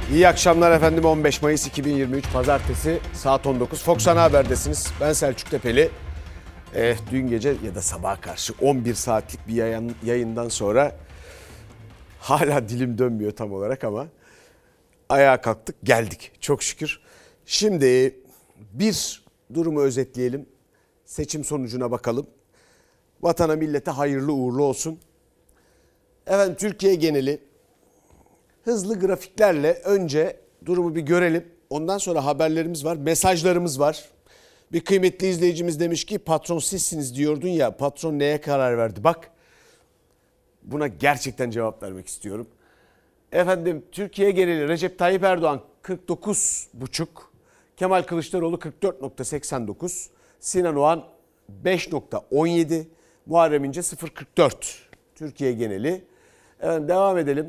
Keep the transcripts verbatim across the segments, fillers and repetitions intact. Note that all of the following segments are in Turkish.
İyi akşamlar efendim. on beş Mayıs iki bin yirmi üç Pazartesi saat on dokuz. Fox Ana Haber'desiniz. Ben Selçuk Tepeli. Eh, dün gece ya da sabaha karşı on bir saatlik bir yayın, yayından sonra hala dilim dönmüyor tam olarak ama ayağa kalktık, geldik çok şükür. Şimdi bir durumu özetleyelim. Seçim sonucuna bakalım. Vatana millete hayırlı uğurlu olsun. Efendim Türkiye geneli hızlı grafiklerle önce durumu bir görelim. Ondan sonra haberlerimiz var, mesajlarımız var. Bir kıymetli izleyicimiz demiş ki patron sizsiniz diyordun ya, patron neye karar verdi? Bak, buna gerçekten cevap vermek istiyorum. Efendim Türkiye geneli Recep Tayyip Erdoğan kırk dokuz buçuk, Kemal Kılıçdaroğlu kırk dört nokta seksen dokuz, Sinan Oğan beş nokta on yedi, Muharrem İnce sıfır nokta kırk dört. Türkiye geneli. Efendim devam edelim.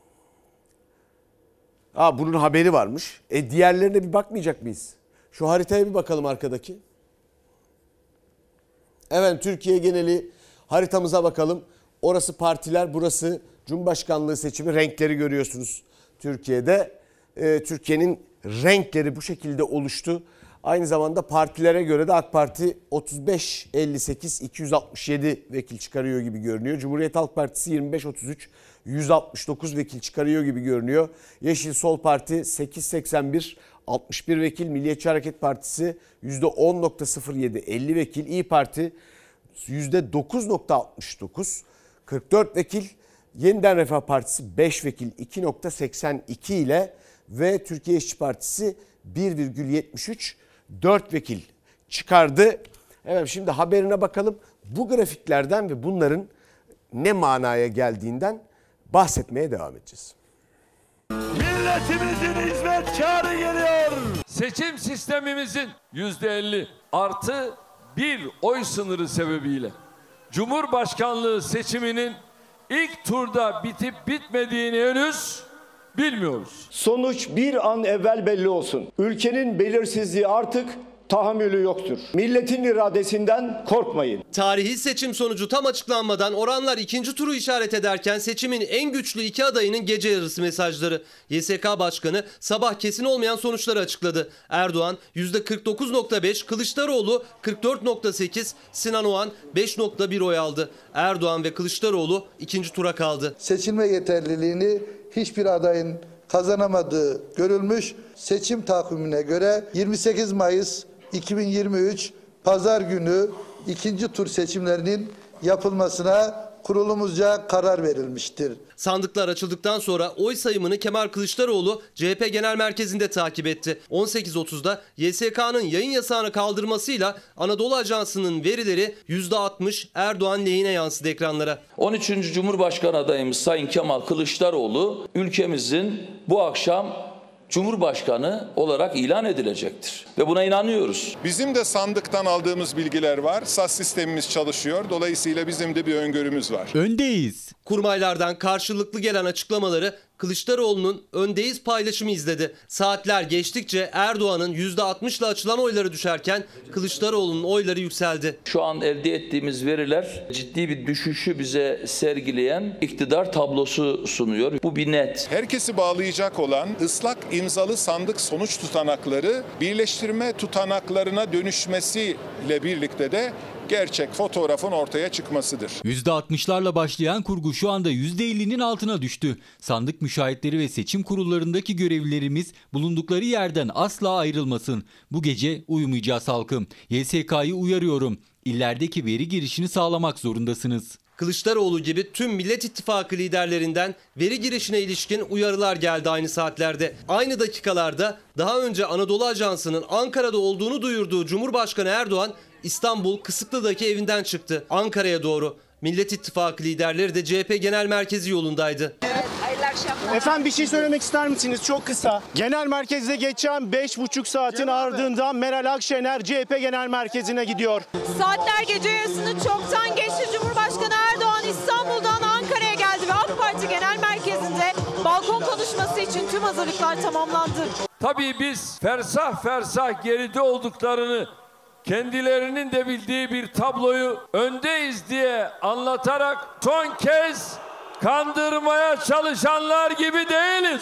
Aa, bunun haberi varmış. E diğerlerine bir bakmayacak mıyız? Şu haritaya bir bakalım arkadaki. Evet, Türkiye geneli haritamıza bakalım. Orası partiler, burası Cumhurbaşkanlığı seçimi. Renkleri görüyorsunuz Türkiye'de. Ee, Türkiye'nin renkleri bu şekilde oluştu. Aynı zamanda partilere göre de AK Parti otuz beş elli sekiz iki yüz altmış yedi vekil çıkarıyor gibi görünüyor. Cumhuriyet Halk Partisi yirmi beş otuz üç yüz altmış dokuz vekil çıkarıyor gibi görünüyor. Yeşil Sol Parti sekiz seksen bir altmış bir vekil. Milliyetçi Hareket Partisi yüzde on nokta sıfır yedi elli vekil. İYİ Parti yüzde dokuz nokta altmış dokuz kırk dört vekil. Yeniden Refah Partisi beş vekil iki nokta seksen iki ile ve Türkiye İşçi Partisi bir virgül yetmiş üç dört vekil çıkardı. Evet, şimdi haberine bakalım. Bu grafiklerden ve bunların ne manaya geldiğinden bahsetmeye devam edeceğiz. Milletimizin hizmetkarı geliyor. Seçim sistemimizin yüzde elli artı bir oy sınırı sebebiyle Cumhurbaşkanlığı seçiminin ilk turda bitip bitmediğini henüz bilmiyoruz. Sonuç bir an evvel belli olsun. Ülkenin belirsizliği artık tahammülü yoktur. Milletin iradesinden korkmayın. Tarihi seçim sonucu tam açıklanmadan oranlar ikinci turu işaret ederken seçimin en güçlü iki adayının gece yarısı mesajları. Y S K Başkanı sabah kesin olmayan sonuçları açıkladı. Erdoğan yüzde kırk dokuz nokta beş, Kılıçdaroğlu kırk dört nokta sekiz, Sinan Oğan beş nokta bir oy aldı. Erdoğan ve Kılıçdaroğlu ikinci tura kaldı. Seçilme yeterliliğini hiçbir adayın kazanamadığı görülmüş. Seçim takvimine göre yirmi sekiz Mayıs iki bin yirmi üç Pazar günü ikinci tur seçimlerinin yapılmasına kurulumuzca karar verilmiştir. Sandıklar açıldıktan sonra oy sayımını Kemal Kılıçdaroğlu C H P Genel Merkezi'nde takip etti. on sekiz otuzda Y S K'nın yayın yasağını kaldırmasıyla Anadolu Ajansı'nın verileri yüzde altmış Erdoğan lehine yansıdı ekranlara. on üçüncü Cumhurbaşkanı adayımız Sayın Kemal Kılıçdaroğlu ülkemizin bu akşam Cumhurbaşkanı olarak ilan edilecektir ve buna inanıyoruz. Bizim de sandıktan aldığımız bilgiler var. S A S sistemimiz çalışıyor. Dolayısıyla bizim de bir öngörümüz var. Öndeyiz. Kurmaylardan karşılıklı gelen açıklamaları Kılıçdaroğlu'nun öndeyiz paylaşımı izledi. Saatler geçtikçe Erdoğan'ın yüzde altmışla açılan oyları düşerken Kılıçdaroğlu'nun oyları yükseldi. Şu an elde ettiğimiz veriler ciddi bir düşüşü bize sergileyen iktidar tablosu sunuyor. Bu bir net. Herkesi bağlayacak olan ıslak imzalı sandık sonuç tutanakları birleştirme tutanaklarına dönüşmesiyle birlikte de gerçek fotoğrafın ortaya çıkmasıdır. yüzde altmışlarla başlayan kurgu şu anda yüzde ellinin altına düştü. Sandık müşahitleri ve seçim kurullarındaki görevlilerimiz bulundukları yerden asla ayrılmasın. Bu gece uyumayacağız halkım. Y S K'yı uyarıyorum. İllerdeki veri girişini sağlamak zorundasınız. Kılıçdaroğlu gibi tüm Millet İttifakı liderlerinden veri girişine ilişkin uyarılar geldi aynı saatlerde. Aynı dakikalarda daha önce Anadolu Ajansı'nın Ankara'da olduğunu duyurduğu Cumhurbaşkanı Erdoğan İstanbul Kısıklı'daki evinden çıktı Ankara'ya doğru. Millet İttifakı liderleri de C H P Genel Merkezi yolundaydı. Evet, hayırlı akşamlar. Efendim bir şey söylemek ister misiniz? Çok kısa. Genel merkezde geçen beş buçuk saatin ardından Meral Akşener C H P Genel Merkezi'ne gidiyor. Saatler gece yarısını çoktan geçti. Cumhurbaşkanı Erdoğan İstanbul'dan Ankara'ya geldi ve AK Parti Genel Merkezi'nde balkon konuşması için tüm hazırlıklar tamamlandı. Tabii biz fersah fersah geride olduklarını, kendilerinin de bildiği bir tabloyu öndeyiz diye anlatarak son kez kandırmaya çalışanlar gibi değiliz.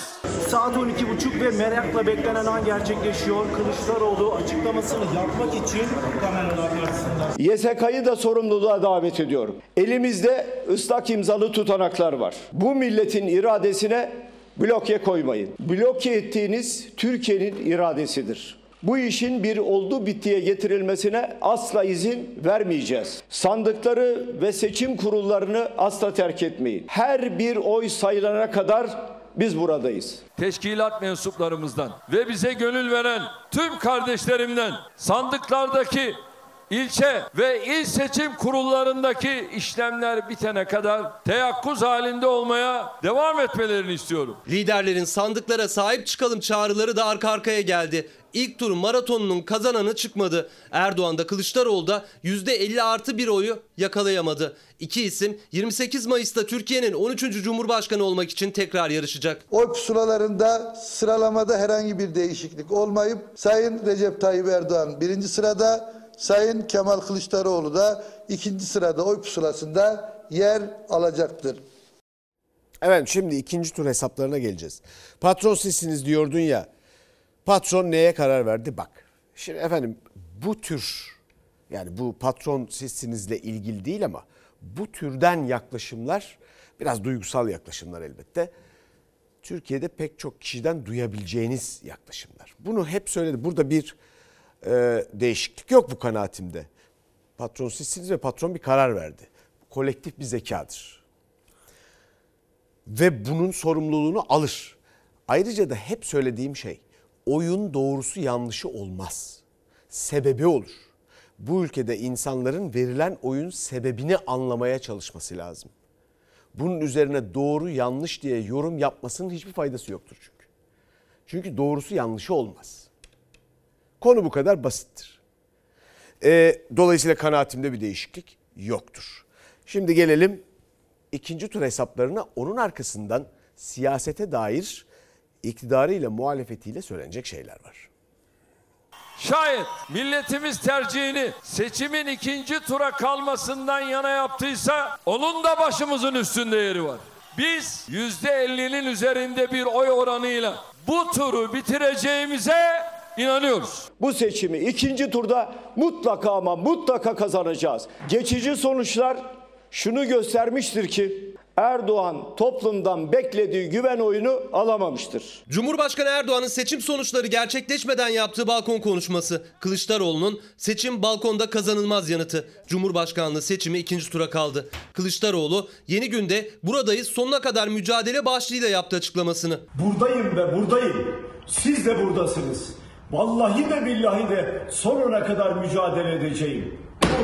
saat on iki buçuk ve merakla beklenen an gerçekleşiyor. Kılıçdaroğlu açıklamasını yapmak için kameralar karşısında. Y S K'yı da sorumluluğa davet ediyorum. Elimizde ıslak imzalı tutanaklar var. Bu milletin iradesine bloke koymayın. Bloke ettiğiniz Türkiye'nin iradesidir. Bu işin bir oldu bittiye getirilmesine asla izin vermeyeceğiz. Sandıkları ve seçim kurullarını asla terk etmeyin. Her bir oy sayılana kadar biz buradayız. Teşkilat mensuplarımızdan ve bize gönül veren tüm kardeşlerimden sandıklardaki ilçe ve il seçim kurullarındaki işlemler bitene kadar teyakkuz halinde olmaya devam etmelerini istiyorum. Liderlerin sandıklara sahip çıkalım çağrıları da arka arkaya geldi. İlk tur maratonunun kazananı çıkmadı. Erdoğan da Kılıçdaroğlu da yüzde elli artı bir oyu yakalayamadı. İki isim yirmi sekiz Mayıs'ta Türkiye'nin on üçüncü Cumhurbaşkanı olmak için tekrar yarışacak. Oy pusulalarında sıralamada herhangi bir değişiklik olmayıp Sayın Recep Tayyip Erdoğan birinci sırada, Sayın Kemal Kılıçdaroğlu da ikinci sırada oy pusulasında yer alacaktır. Evet, şimdi ikinci tur hesaplarına geleceğiz. Patron sizsiniz diyordun ya. Patron neye karar verdi? Bak. Şimdi efendim bu tür, yani bu patron sizsinizle ilgili değil ama bu türden yaklaşımlar biraz duygusal yaklaşımlar elbette. Türkiye'de pek çok kişiden duyabileceğiniz yaklaşımlar. Bunu hep söyledim. Burada bir e, değişiklik yok bu kanaatimde. Patron sizsiniz ve patron bir karar verdi. Kolektif bir zekadır. Ve bunun sorumluluğunu alır. Ayrıca da hep söylediğim şey, oyun doğrusu yanlışı olmaz. Sebebi olur. Bu ülkede insanların verilen oyun sebebini anlamaya çalışması lazım. Bunun üzerine doğru yanlış diye yorum yapmasının hiçbir faydası yoktur çünkü. Çünkü doğrusu yanlışı olmaz. Konu bu kadar basittir. E, dolayısıyla kanaatimde bir değişiklik yoktur. Şimdi gelelim ikinci tur hesaplarına, onun arkasından siyasete dair iktidarıyla muhalefetiyle söylenecek şeyler var. Şayet milletimiz tercihini seçimin ikinci tura kalmasından yana yaptıysa onun da başımızın üstünde yeri var. Biz yüzde ellinin üzerinde bir oy oranıyla bu turu bitireceğimize inanıyoruz. Bu seçimi ikinci turda mutlaka ama mutlaka kazanacağız. Geçici sonuçlar şunu göstermiştir ki Erdoğan toplumdan beklediği güven oyunu alamamıştır. Cumhurbaşkanı Erdoğan'ın seçim sonuçları gerçekleşmeden yaptığı balkon konuşması. Kılıçdaroğlu'nun seçim balkonda kazanılmaz yanıtı. Cumhurbaşkanlığı seçimi ikinci tura kaldı. Kılıçdaroğlu Yeni Günde buradayız sonuna kadar mücadele başlığıyla yaptı açıklamasını. Buradayım ve buradayım. Siz de buradasınız. Vallahi de billahi de sonuna kadar mücadele edeceğim.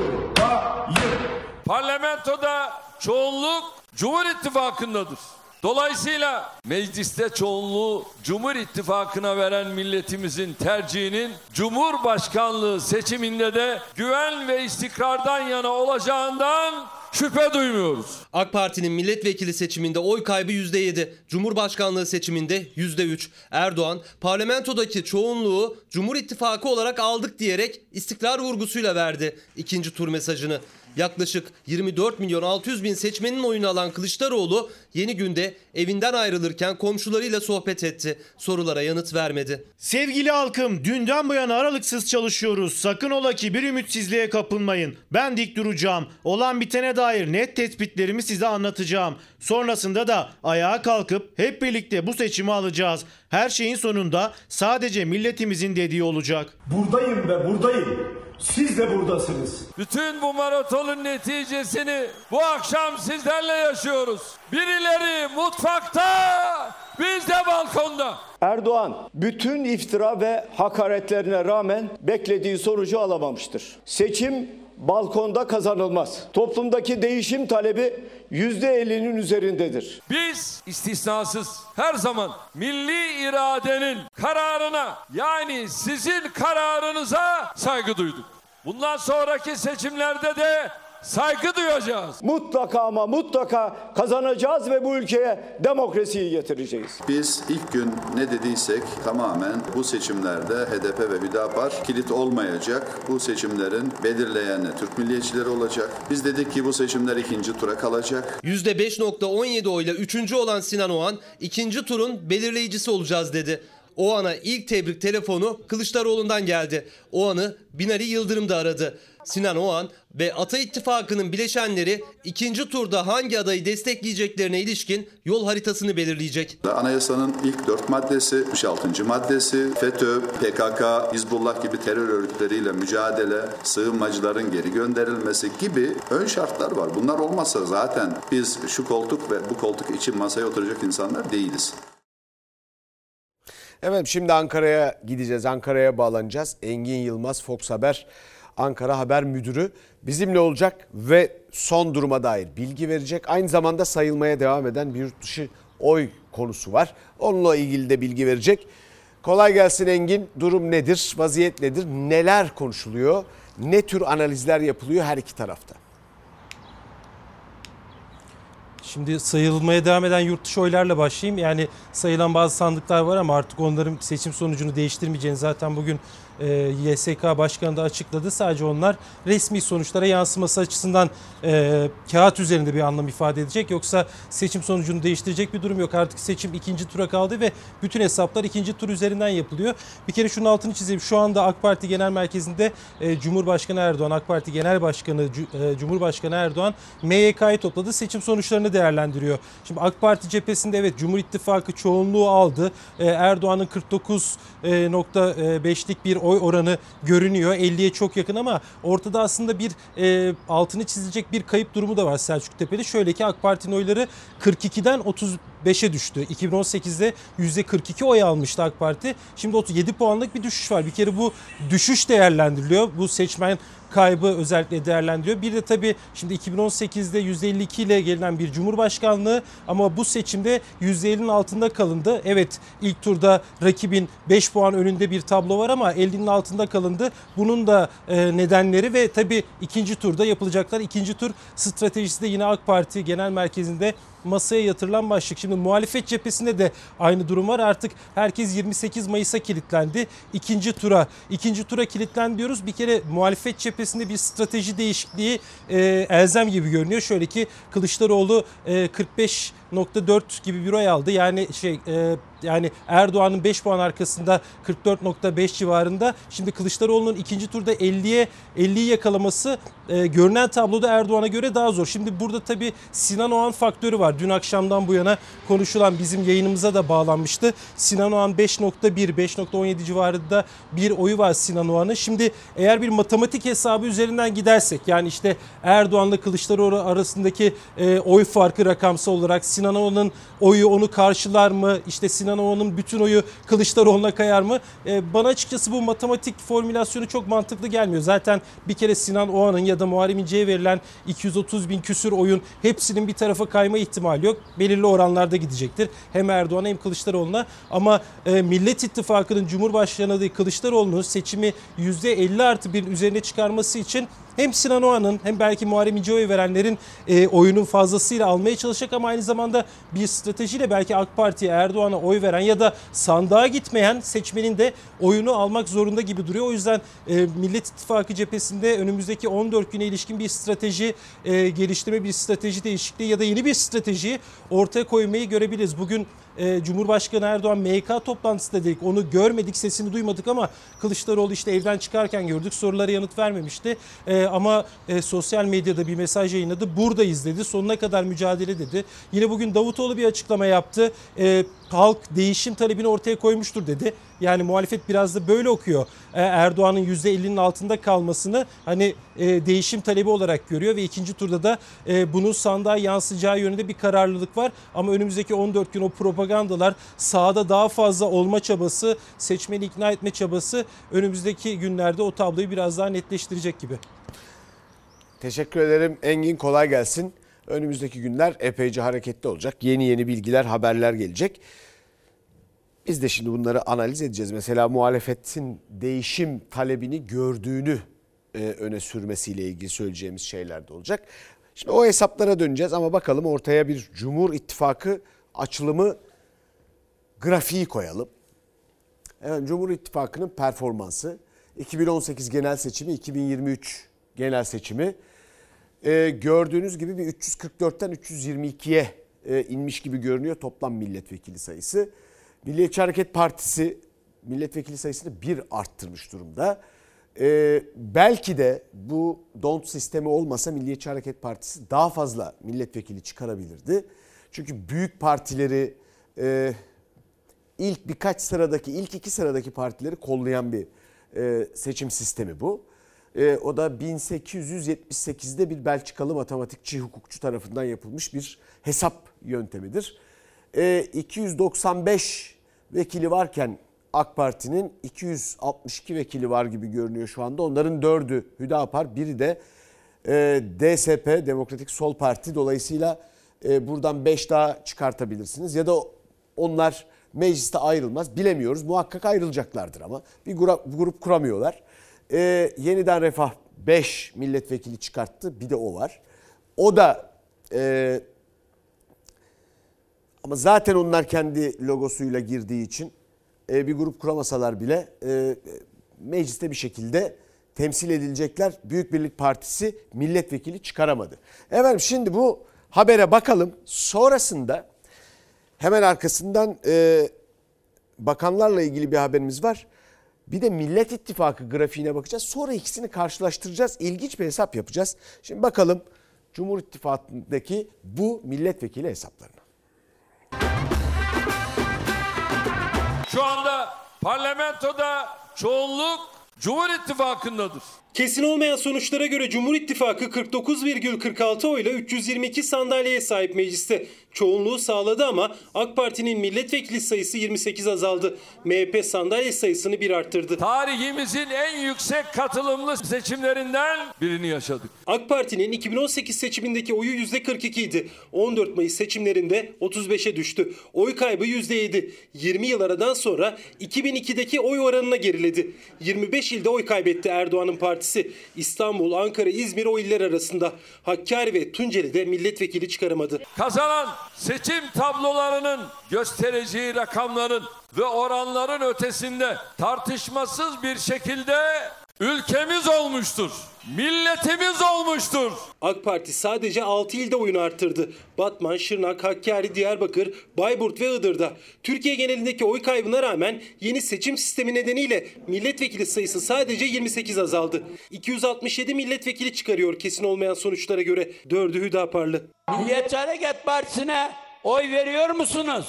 Buradayım. Parlamentoda çoğunluk Cumhur İttifakı'ndadır. Dolayısıyla mecliste çoğunluğu Cumhur İttifakı'na veren milletimizin tercihinin Cumhurbaşkanlığı seçiminde de güven ve istikrardan yana olacağından şüphe duymuyoruz. AK Parti'nin milletvekili seçiminde oy kaybı yüzde yedi, Cumhurbaşkanlığı seçiminde yüzde üç. Erdoğan parlamentodaki çoğunluğu Cumhur İttifakı olarak aldık diyerek istikrar vurgusuyla verdi ikinci tur mesajını. Yaklaşık yirmi dört milyon altı yüz bin seçmenin oyunu alan Kılıçdaroğlu Yeni Günde evinden ayrılırken komşularıyla sohbet etti. Sorulara yanıt vermedi. Sevgili halkım, dünden bu yana aralıksız çalışıyoruz. Sakın ola ki bir ümitsizliğe kapılmayın. Ben dik duracağım. Olan bitene dair net tespitlerimi size anlatacağım. Sonrasında da ayağa kalkıp hep birlikte bu seçimi alacağız. Her şeyin sonunda sadece milletimizin dediği olacak. Buradayım ve buradayım. Siz de buradasınız. Bütün bu maratonun neticesini bu akşam sizlerle yaşıyoruz. Birileri mutfakta, biz de balkonda. Erdoğan bütün iftira ve hakaretlerine rağmen beklediği sonucu alamamıştır. Seçim balkonda kazanılmaz. Toplumdaki değişim talebi yüzde ellinin üzerindedir. Biz istisnasız her zaman milli iradenin kararına, yani sizin kararınıza saygı duyduk. Bundan sonraki seçimlerde de saygı duyacağız. Mutlaka ama mutlaka kazanacağız ve bu ülkeye demokrasiyi getireceğiz. Biz ilk gün ne dediysek tamamen bu seçimlerde H D P ve Hüdapar kilit olmayacak. Bu seçimlerin belirleyeni Türk milliyetçileri olacak. Biz dedik ki bu seçimler ikinci tura kalacak. yüzde beş nokta on yedi oyla üçüncü olan Sinan Oğan ikinci turun belirleyicisi olacağız dedi. Oğan'a ilk tebrik telefonu Kılıçdaroğlu'ndan geldi. Oğan'ı Binali Yıldırım da aradı. Sinan Oğan ve Ata İttifakı'nın bileşenleri ikinci turda hangi adayı destekleyeceklerine ilişkin yol haritasını belirleyecek. Anayasanın ilk dört maddesi, altmış altıncı maddesi, FETÖ, P K K, Hizbullah gibi terör örgütleriyle mücadele, sığınmacıların geri gönderilmesi gibi ön şartlar var. Bunlar olmazsa zaten biz şu koltuk ve bu koltuk için masaya oturacak insanlar değiliz. Evet, şimdi Ankara'ya gideceğiz. Ankara'ya bağlanacağız. Engin Yılmaz, Fox Haber Ankara Haber Müdürü bizimle olacak ve son duruma dair bilgi verecek. Aynı zamanda sayılmaya devam eden bir yurt dışı oy konusu var. Onunla ilgili de bilgi verecek. Kolay gelsin Engin. Durum nedir? Vaziyet nedir? Neler konuşuluyor? Ne tür analizler yapılıyor her iki tarafta? Şimdi sayılmaya devam eden yurt dışı oylarla başlayayım. Yani sayılan bazı sandıklar var ama artık onların seçim sonucunu değiştirmeyeceğini zaten bugün e, Y S K Başkanı da açıkladı. Sadece onlar resmi sonuçlara yansıması açısından e, kağıt üzerinde bir anlam ifade edecek. Yoksa seçim sonucunu değiştirecek bir durum yok. Artık seçim ikinci tura kaldı ve bütün hesaplar ikinci tur üzerinden yapılıyor. Bir kere şunun altını çizeyim. Şu anda AK Parti Genel Merkezi'nde e, Cumhurbaşkanı Erdoğan, AK Parti Genel Başkanı e, Cumhurbaşkanı Erdoğan M Y K'yı topladı. Seçim sonuçlarını değerlendiriyor. Şimdi AK Parti cephesinde evet Cumhur İttifakı çoğunluğu aldı. Ee, Erdoğan'ın kırk dokuz nokta beşlik bir oy oranı görünüyor. elliye çok yakın ama ortada aslında bir e, altını çizilecek bir kayıp durumu da var Selçuk Tepeli. Şöyle ki AK Parti'nin oyları kırk ikiden otuz beşe düştü. iki bin on sekizde yüzde kırk iki oy almıştı AK Parti. Şimdi otuz yedi puanlık bir düşüş var. Bir kere bu düşüş değerlendiriliyor. Bu seçmen kaybı özellikle değerlendiriyor. Bir de tabii şimdi iki bin on sekizde yüzde elli iki ile gelinen bir cumhurbaşkanlığı ama bu seçimde yüzde ellinin altında kalındı. Evet, ilk turda rakibin beş puan önünde bir tablo var ama ellinin altında kalındı. Bunun da e, nedenleri ve tabii ikinci turda yapılacaklar. İkinci tur stratejisi de yine AK Parti Genel Merkezi'nde masaya yatırılan başlık. Şimdi muhalefet cephesinde de aynı durum var. Artık herkes yirmi sekiz Mayıs'a kilitlendi. İkinci tura, ikinci tura kilitlendi diyoruz. Bir kere muhalefet cephesinde bir strateji değişikliği e, elzem gibi görünüyor. Şöyle ki Kılıçdaroğlu e, kırk beş nokta dört gibi bir oy aldı. Yani şey e, yani Erdoğan'ın beş puan arkasında kırk dört nokta beş civarında. Şimdi Kılıçdaroğlu'nun ikinci turda elliye elliyi yakalaması e, görünen tabloda Erdoğan'a göre daha zor. Şimdi burada tabii Sinan Oğan faktörü var. Dün akşamdan bu yana konuşulan, bizim yayınımıza da bağlanmıştı. Sinan Oğan beş nokta bir beş nokta on yedi civarında bir oyu var Sinan Oğan'ın. Şimdi eğer bir matematik hesabı üzerinden gidersek, yani işte Erdoğan'la Kılıçdaroğlu arasındaki e, oy farkı rakamsal olarak Sinan Oğan'ın oyu onu karşılar mı? İşte Sinan Oğan'ın bütün oyu Kılıçdaroğlu'na kayar mı? E, bana açıkçası bu matematik formülasyonu çok mantıklı gelmiyor. Zaten bir kere Sinan Oğan'ın ya da Muharrem İnce'ye verilen iki yüz otuz bin küsür oyun hepsinin bir tarafa kayma ihtimali yok. Belirli oranlarda gidecektir. Hem Erdoğan'a hem Kılıçdaroğlu'na. Ama e, Millet İttifakı'nın Cumhurbaşkanı adayı Kılıçdaroğlu'nun seçimi yüzde elli artı birin üzerine çıkarması için hem Sinan Oğan'ın hem belki Muharrem İnce'ye oy verenlerin e, oyunun fazlasıyla almaya çalışacak ama aynı zamanda bir stratejiyle belki AK Parti'ye, Erdoğan'a oy veren ya da sandığa gitmeyen seçmenin de oyunu almak zorunda gibi duruyor. O yüzden e, Millet İttifakı cephesinde önümüzdeki on dört güne ilişkin bir strateji e, geliştirme, bir strateji değişikliği ya da yeni bir strateji ortaya koymayı görebiliriz. Bugün e, Cumhurbaşkanı Erdoğan M Y K toplantısında dedik, onu görmedik, sesini duymadık ama Kılıçdaroğlu işte evden çıkarken gördük, sorulara yanıt vermemişti. E, ama e, sosyal medyada bir mesaj yayınladı. Buradayız dedi. Sonuna kadar mücadele dedi. Yine bugün Davutoğlu bir açıklama yaptı. E, halk değişim talebini ortaya koymuştur dedi. Yani muhalefet biraz da böyle okuyor. E, Erdoğan'ın yüzde ellinin altında kalmasını hani e, değişim talebi olarak görüyor ve ikinci turda da e, bunun sandığa yansıyacağı yönünde bir kararlılık var. Ama önümüzdeki on dört gün o propagandalar, sahada daha fazla olma çabası, seçmeni ikna etme çabası önümüzdeki günlerde o tabloyu biraz daha netleştirecek gibi. Teşekkür ederim Engin, kolay gelsin. Önümüzdeki günler epeyce hareketli olacak. Yeni yeni bilgiler, haberler gelecek. Biz de şimdi bunları analiz edeceğiz. Mesela muhalefetin değişim talebini gördüğünü e, öne sürmesiyle ilgili söyleyeceğimiz şeyler de olacak. Şimdi o hesaplara döneceğiz ama bakalım ortaya bir Cumhur İttifakı açılımı grafiği koyalım. Evet, Cumhur İttifakı'nın performansı iki bin on sekiz genel seçimi, iki bin yirmi üç genel seçimi e, gördüğünüz gibi bir üç yüz kırk dörtten üç yüz yirmi ikiye e, inmiş gibi görünüyor toplam milletvekili sayısı. Milliyetçi Hareket Partisi milletvekili sayısını bir arttırmış durumda. E, belki de bu don't sistemi olmasa Milliyetçi Hareket Partisi daha fazla milletvekili çıkarabilirdi. Çünkü büyük partileri e, ilk birkaç sıradaki, ilk iki sıradaki partileri kollayan bir e, seçim sistemi bu. E, o da bin sekiz yüz yetmiş sekizde bir Belçikalı matematikçi, hukukçu tarafından yapılmış bir hesap yöntemidir. E, iki yüz doksan beş vekili varken AK Parti'nin iki yüz altmış iki vekili var gibi görünüyor şu anda. Onların dördü Hüdapar, biri de e, D S P, Demokratik Sol Parti. Dolayısıyla e, buradan beş daha çıkartabilirsiniz. Ya da onlar mecliste ayrılmaz. Bilemiyoruz. Muhakkak ayrılacaklardır ama bir grup, grup kuramıyorlar. Ee, Yeniden Refah beş milletvekili çıkarttı. Bir de o var. O da e, ama zaten onlar kendi logosuyla girdiği için e, bir grup kuramasalar bile e, mecliste bir şekilde temsil edilecekler. Büyük Birlik Partisi milletvekili çıkaramadı. Efendim şimdi bu habere bakalım. Sonrasında hemen arkasından e, bakanlarla ilgili bir haberimiz var. Bir de Millet İttifakı grafiğine bakacağız. Sonra ikisini karşılaştıracağız. İlginç bir hesap yapacağız. Şimdi bakalım Cumhur İttifakı'ndaki bu milletvekili hesaplarına. Şu anda parlamentoda çoğunluk Cumhur İttifakı'ndadır. Kesin olmayan sonuçlara göre Cumhur İttifakı kırk dokuz virgül kırk altı oyla üç yüz yirmi iki sandalyeye sahip mecliste. Çoğunluğu sağladı ama AK Parti'nin milletvekili sayısı yirmi sekiz azaldı. M H P sandalye sayısını bir arttırdı. Tarihimizin en yüksek katılımlı seçimlerinden birini yaşadık. AK Parti'nin iki bin on sekiz seçimindeki oyu yüzde kırk iki idi. on dört Mayıs seçimlerinde otuz beşe düştü. Oy kaybı yüzde yedi. yirmi yıl aradan sonra iki bin ikideki oy oranına geriledi. yirmi beş ilde oy kaybetti Erdoğan'ın partisi. İstanbul, Ankara, İzmir o iller arasında. Hakkari ve Tunceli'de milletvekili çıkaramadı. Kazanan seçim tablolarının göstereceği rakamların ve oranların ötesinde tartışmasız bir şekilde ülkemiz olmuştur. Milletimiz olmuştur. AK Parti sadece altı ilde oyunu arttırdı. Batman, Şırnak, Hakkari, Diyarbakır, Bayburt ve Iğdır'da. Türkiye genelindeki oy kaybına rağmen yeni seçim sistemi nedeniyle milletvekili sayısı sadece yirmi sekiz azaldı. iki yüz altmış yedi milletvekili çıkarıyor kesin olmayan sonuçlara göre. dördü Hüdaparlı. Milliyetçi Hareket Partisi'ne oy veriyor musunuz?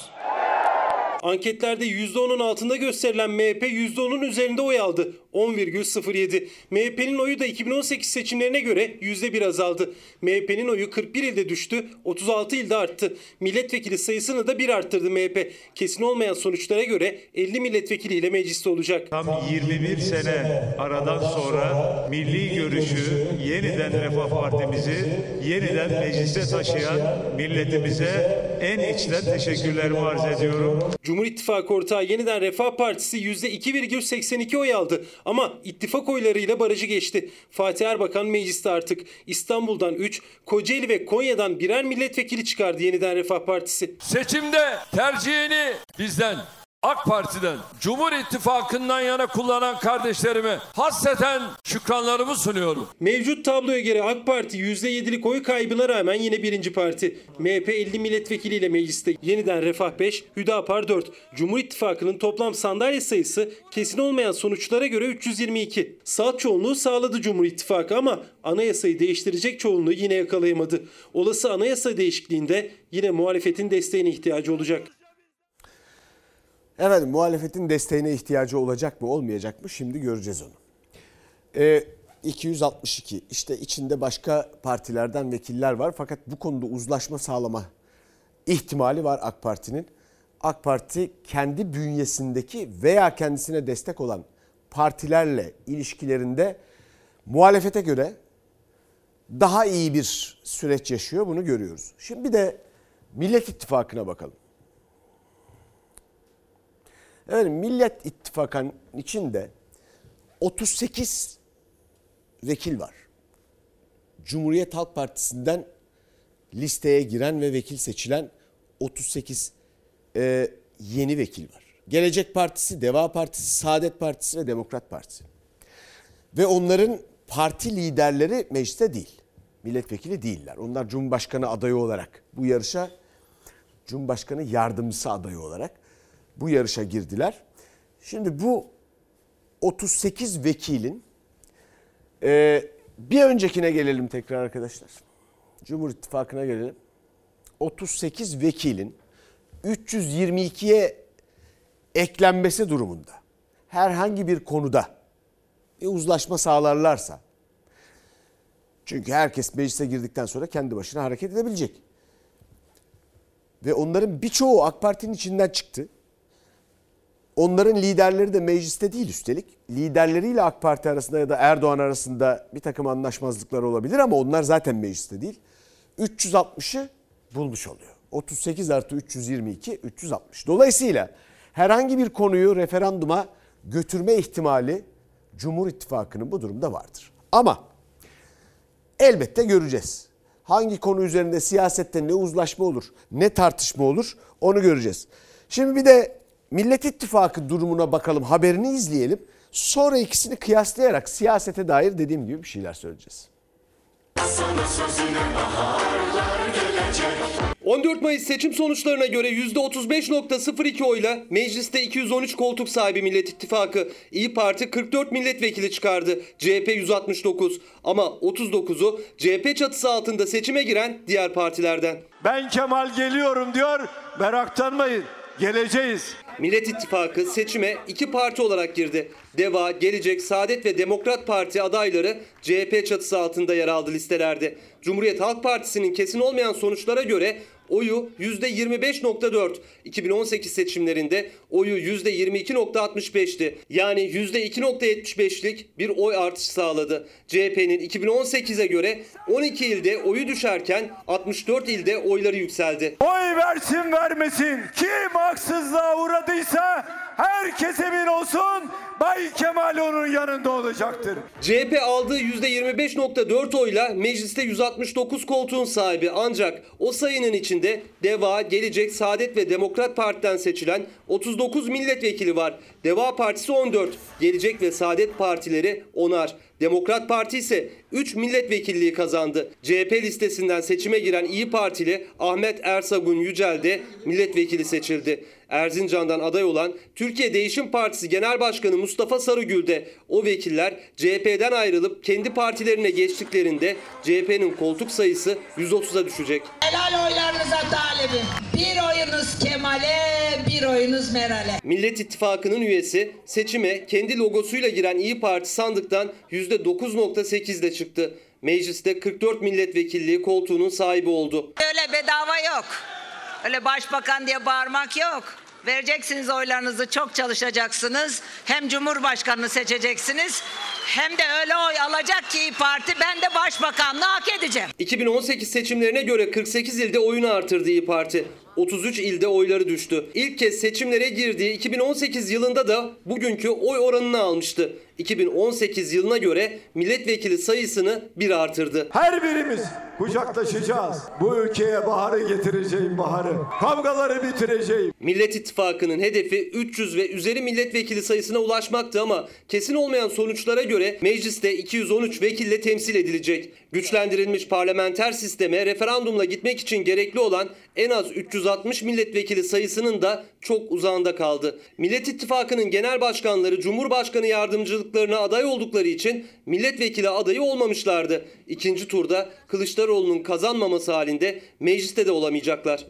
Anketlerde yüzde onun altında gösterilen M H P yüzde onun üzerinde oy aldı. on virgül sıfır yedi. M H P'nin oyu da iki bin on sekiz seçimlerine göre yüzde bir azaldı. M H P'nin oyu kırk bir ilde düştü, otuz altı ilde arttı. Milletvekili sayısını da bir arttırdı M H P. Kesin olmayan sonuçlara göre elli milletvekiliyle mecliste olacak. Tam yirmi bir sene aradan sonra milli görüşü, yeniden Refah Partimizi yeniden meclise taşıyan milletimize en içten teşekkürlerimi arz ediyorum. Cumhur İttifakı ortağı Yeniden Refah Partisi yüzde iki virgül seksen iki oy aldı. Ama ittifak oylarıyla barajı geçti. Fatih Erbakan mecliste artık. İstanbul'dan üç, Kocaeli ve Konya'dan birer milletvekili çıkardı Yeniden Refah Partisi. Seçimde tercihini bizden, AK Parti'den, Cumhur İttifakı'ndan yana kullanan kardeşlerime hasreten şükranlarımı sunuyorum. Mevcut tabloya göre AK Parti yüzde yedilik oy kaybına rağmen yine birinci parti. M H P elli milletvekiliyle mecliste. Yeniden Refah beş, Hüdapar dört. Cumhur İttifakı'nın toplam sandalye sayısı kesin olmayan sonuçlara göre üç yüz yirmi iki. Salt çoğunluğu sağladı Cumhur İttifakı ama anayasayı değiştirecek çoğunluğu yine yakalayamadı. Olası anayasa değişikliğinde yine muhalefetin desteğine ihtiyacı olacak. Evet, muhalefetin desteğine ihtiyacı olacak mı olmayacak mı şimdi göreceğiz onu. Ee, iki yüz altmış iki işte içinde başka partilerden vekiller var fakat bu konuda uzlaşma sağlama ihtimali var AK Parti'nin. AK Parti kendi bünyesindeki veya kendisine destek olan partilerle ilişkilerinde muhalefete göre daha iyi bir süreç yaşıyor, bunu görüyoruz. Şimdi bir de Millet İttifakı'na bakalım. Evet, Millet İttifakı'nın içinde otuz sekiz vekil var. Cumhuriyet Halk Partisi'nden listeye giren ve vekil seçilen otuz sekiz e, yeni vekil var. Gelecek Partisi, Deva Partisi, Saadet Partisi ve Demokrat Partisi. Ve onların parti liderleri mecliste değil. Milletvekili değiller. Onlar Cumhurbaşkanı adayı olarak bu yarışa, Cumhurbaşkanı yardımcısı adayı olarak bu yarışa girdiler. Şimdi bu otuz sekiz vekilin e, bir öncekine gelelim tekrar arkadaşlar. Cumhur İttifakı'na gelelim. otuz sekiz vekilin üç yüz yirmi ikiye eklenmesi durumunda herhangi bir konuda bir uzlaşma sağlarlarsa, çünkü herkes meclise girdikten sonra kendi başına hareket edebilecek. Ve onların birçoğu AK Parti'nin içinden çıktı. Onların liderleri de mecliste değil üstelik. Liderleriyle AK Parti arasında ya da Erdoğan arasında bir takım anlaşmazlıklar olabilir ama onlar zaten mecliste değil. üç yüz altmışı bulmuş oluyor. otuz sekiz artı üç yüz yirmi iki, üç yüz altmış. Dolayısıyla herhangi bir konuyu referanduma götürme ihtimali Cumhur İttifakı'nın bu durumda vardır. Ama elbette göreceğiz. Hangi konu üzerinde siyasette ne uzlaşma olur, ne tartışma olur onu göreceğiz. Şimdi bir de Millet İttifakı durumuna bakalım, haberini izleyelim. Sonra ikisini kıyaslayarak siyasete dair dediğim gibi bir şeyler söyleyeceğiz. on dört Mayıs seçim sonuçlarına göre yüzde otuz beş nokta sıfır iki oyla mecliste iki yüz on üç koltuk sahibi Millet İttifakı. İYİ Parti kırk dört milletvekili çıkardı. C H P yüz altmış dokuz ama otuz dokuzu C H P çatısı altında seçime giren diğer partilerden. Ben Kemal geliyorum diyor, meraklanmayın, geleceğiz. Millet İttifakı seçime iki parti olarak girdi. Deva, Gelecek, Saadet ve Demokrat Parti adayları C H P çatısı altında yer aldı listelerde. Cumhuriyet Halk Partisi'nin kesin olmayan sonuçlara göre oyu yüzde yirmi beş nokta dört. iki bin on sekiz seçimlerinde oyu yüzde yirmi iki nokta altmış beş'ti. Yani yüzde iki nokta yetmiş beş'lik bir oy artışı sağladı. C H P'nin iki bin on sekize göre on iki ilde oyu düşerken altmış dört ilde oyları yükseldi. Oy versin vermesin, kim haksızlığa uğradıysa herkes emin olsun Bay Kemal onun yanında olacaktır. C H P aldığı yüzde yirmi beş nokta dört oyla mecliste yüz altmış dokuz koltuğun sahibi, ancak o sayının içinde Deva, Gelecek, Saadet ve Demokrat Parti'den seçilen otuz dokuz milletvekili var. Deva Partisi on dört, Gelecek ve Saadet Partileri onar. Demokrat Parti ise üç milletvekilliği kazandı. C H P listesinden seçime giren İYİ Partili Ahmet Ersagun Yücel de milletvekili seçildi. Erzincan'dan aday olan Türkiye Değişim Partisi Genel Başkanı Mustafa Sarıgül de o vekiller C H P'den ayrılıp kendi partilerine geçtiklerinde C H P'nin koltuk sayısı yüz otuza düşecek. Helal oylarınıza talibim. Bir oyunuz Kemal'e, bir oyunuz Meral'e. Millet İttifakı'nın üyesi seçime kendi logosuyla giren İYİ Parti sandıktan yüzde dokuz nokta sekiz ile çıktı. Mecliste kırk dört milletvekilliği koltuğunun sahibi oldu. Öyle bedava yok. Öyle başbakan diye bağırmak yok. Vereceksiniz oylarınızı, çok çalışacaksınız. Hem Cumhurbaşkanını seçeceksiniz hem de öyle oy alacak ki İYİ Parti, ben de başbakanlığı hak edeceğim. iki bin on sekiz seçimlerine göre kırk sekiz ilde oyunu artırdı İYİ Parti. otuz üç ilde oyları düştü. İlk kez seçimlere girdiği iki bin on sekiz yılında da bugünkü oy oranını almıştı. iki bin on sekiz yılına göre milletvekili sayısını bir artırdı. Her birimiz kucaklaşacağız. Bu ülkeye baharı getireceğim, baharı. Kavgaları bitireceğim. Millet İttifakı'nın hedefi üç yüz ve üzeri milletvekili sayısına ulaşmaktı ama kesin olmayan sonuçlara göre mecliste iki yüz on üç vekille temsil edilecek. Güçlendirilmiş parlamenter sisteme referandumla gitmek için gerekli olan en az üç yüz altmış milletvekili sayısının da çok uzağında kaldı. Millet İttifakı'nın genel başkanları Cumhurbaşkanı yardımcılıklarına aday oldukları için milletvekili adayı olmamışlardı. İkinci turda Kılıçdaroğlu'nun kazanmaması halinde mecliste de olamayacaklar.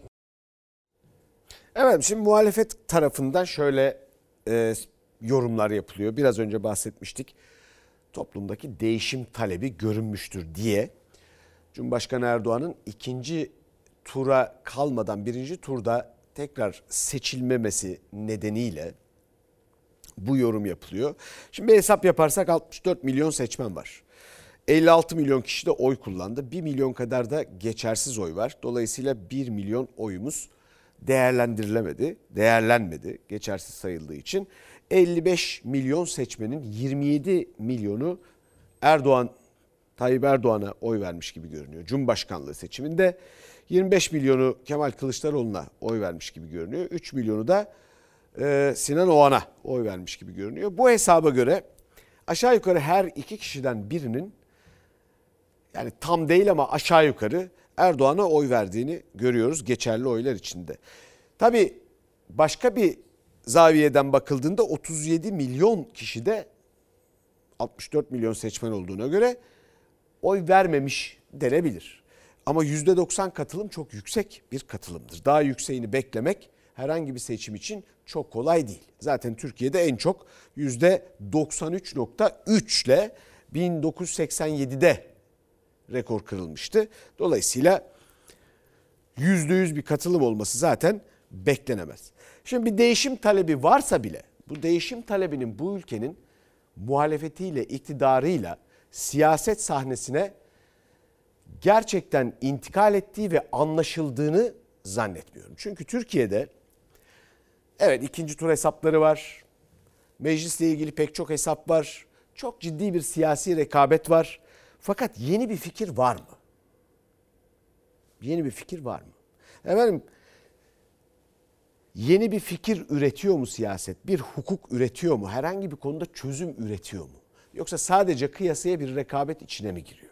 Evet, şimdi muhalefet tarafından şöyle e, yorumlar yapılıyor. Biraz önce bahsetmiştik. Toplumdaki değişim talebi görünmüştür diye Cumhurbaşkanı Erdoğan'ın ikinci tura kalmadan birinci turda tekrar seçilmemesi nedeniyle bu yorum yapılıyor. Şimdi bir hesap yaparsak altmış dört milyon seçmen var. elli altı milyon kişi de oy kullandı. bir milyon kadar da geçersiz oy var. Dolayısıyla bir milyon oyumuz değerlendirilemedi, değerlenmedi geçersiz sayıldığı için. elli beş milyon seçmenin yirmi yedi milyonu Erdoğan Tayyip Erdoğan'a oy vermiş gibi görünüyor. Cumhurbaşkanlığı seçiminde yirmi beş milyonu Kemal Kılıçdaroğlu'na oy vermiş gibi görünüyor. üç milyonu da e, Sinan Oğan'a oy vermiş gibi görünüyor. Bu hesaba göre aşağı yukarı her iki kişiden birinin, yani tam değil ama aşağı yukarı Erdoğan'a oy verdiğini görüyoruz geçerli oylar içinde. Tabii başka bir zaviyeden bakıldığında otuz yedi milyon kişide altmış dört milyon seçmen olduğuna göre oy vermemiş denebilir. Ama yüzde doksan katılım çok yüksek bir katılımdır. Daha yükseğini beklemek herhangi bir seçim için çok kolay değil. Zaten Türkiye'de en çok yüzde doksan üç nokta üç ile bin dokuz yüz seksen yedide rekor kırılmıştı. Dolayısıyla yüzde yüz bir katılım olması zaten beklenemez. Şimdi bir değişim talebi varsa bile bu değişim talebinin bu ülkenin muhalefetiyle, iktidarıyla siyaset sahnesine gerçekten intikal ettiği ve anlaşıldığını zannetmiyorum. Çünkü Türkiye'de evet ikinci tur hesapları var. Meclisle ilgili pek çok hesap var. Çok ciddi bir siyasi rekabet var. Fakat yeni bir fikir var mı? Yeni bir fikir var mı? Efendim, yeni bir fikir üretiyor mu siyaset? Bir hukuk üretiyor mu? Herhangi bir konuda çözüm üretiyor mu? Yoksa sadece kıyasaya bir rekabet içine mi giriyor?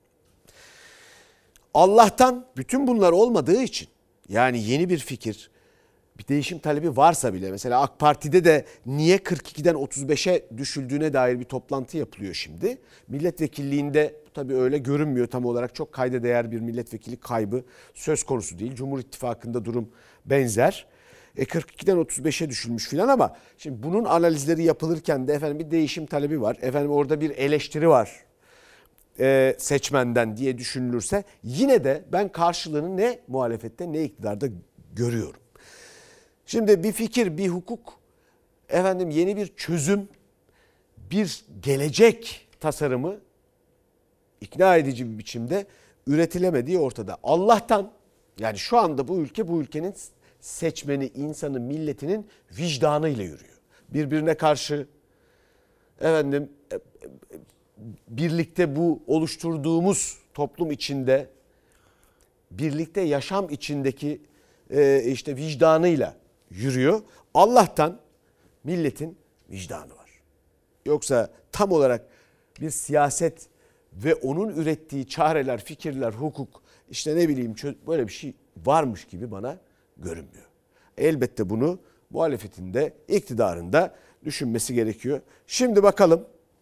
Allah'tan bütün bunlar olmadığı için, yani yeni bir fikir, bir değişim talebi varsa bile, mesela AK Parti'de de niye kırk ikiden otuz beşe düşüldüğüne dair bir toplantı yapılıyor şimdi. Milletvekilliğinde tabii öyle görünmüyor tam olarak, çok kayda değer bir milletvekili kaybı söz konusu değil. Cumhur İttifakı'nda durum benzer. E kırk ikiden otuz beşe düşülmüş filan ama şimdi bunun analizleri yapılırken de efendim bir değişim talebi var. Efendim orada bir eleştiri var e, seçmenden diye düşünülürse yine de ben karşılığını ne muhalefette ne iktidarda görüyorum. Şimdi bir fikir, bir hukuk, efendim yeni bir çözüm, bir gelecek tasarımı ikna edici bir biçimde üretilemediği ortada. Allah'tan yani şu anda bu ülke bu ülkenin seçmeni, insanı, milletinin vicdanıyla yürüyor. Birbirine karşı efendim birlikte bu oluşturduğumuz toplum içinde, birlikte yaşam içindeki işte vicdanıyla yürüyor. Allah'tan milletin vicdanı var. Yoksa tam olarak bir siyaset ve onun ürettiği çareler, fikirler, hukuk, işte ne bileyim böyle bir şey varmış gibi bana görünmüyor. Elbette bunu muhalefetinde, iktidarında düşünmesi gerekiyor. Şimdi bakalım.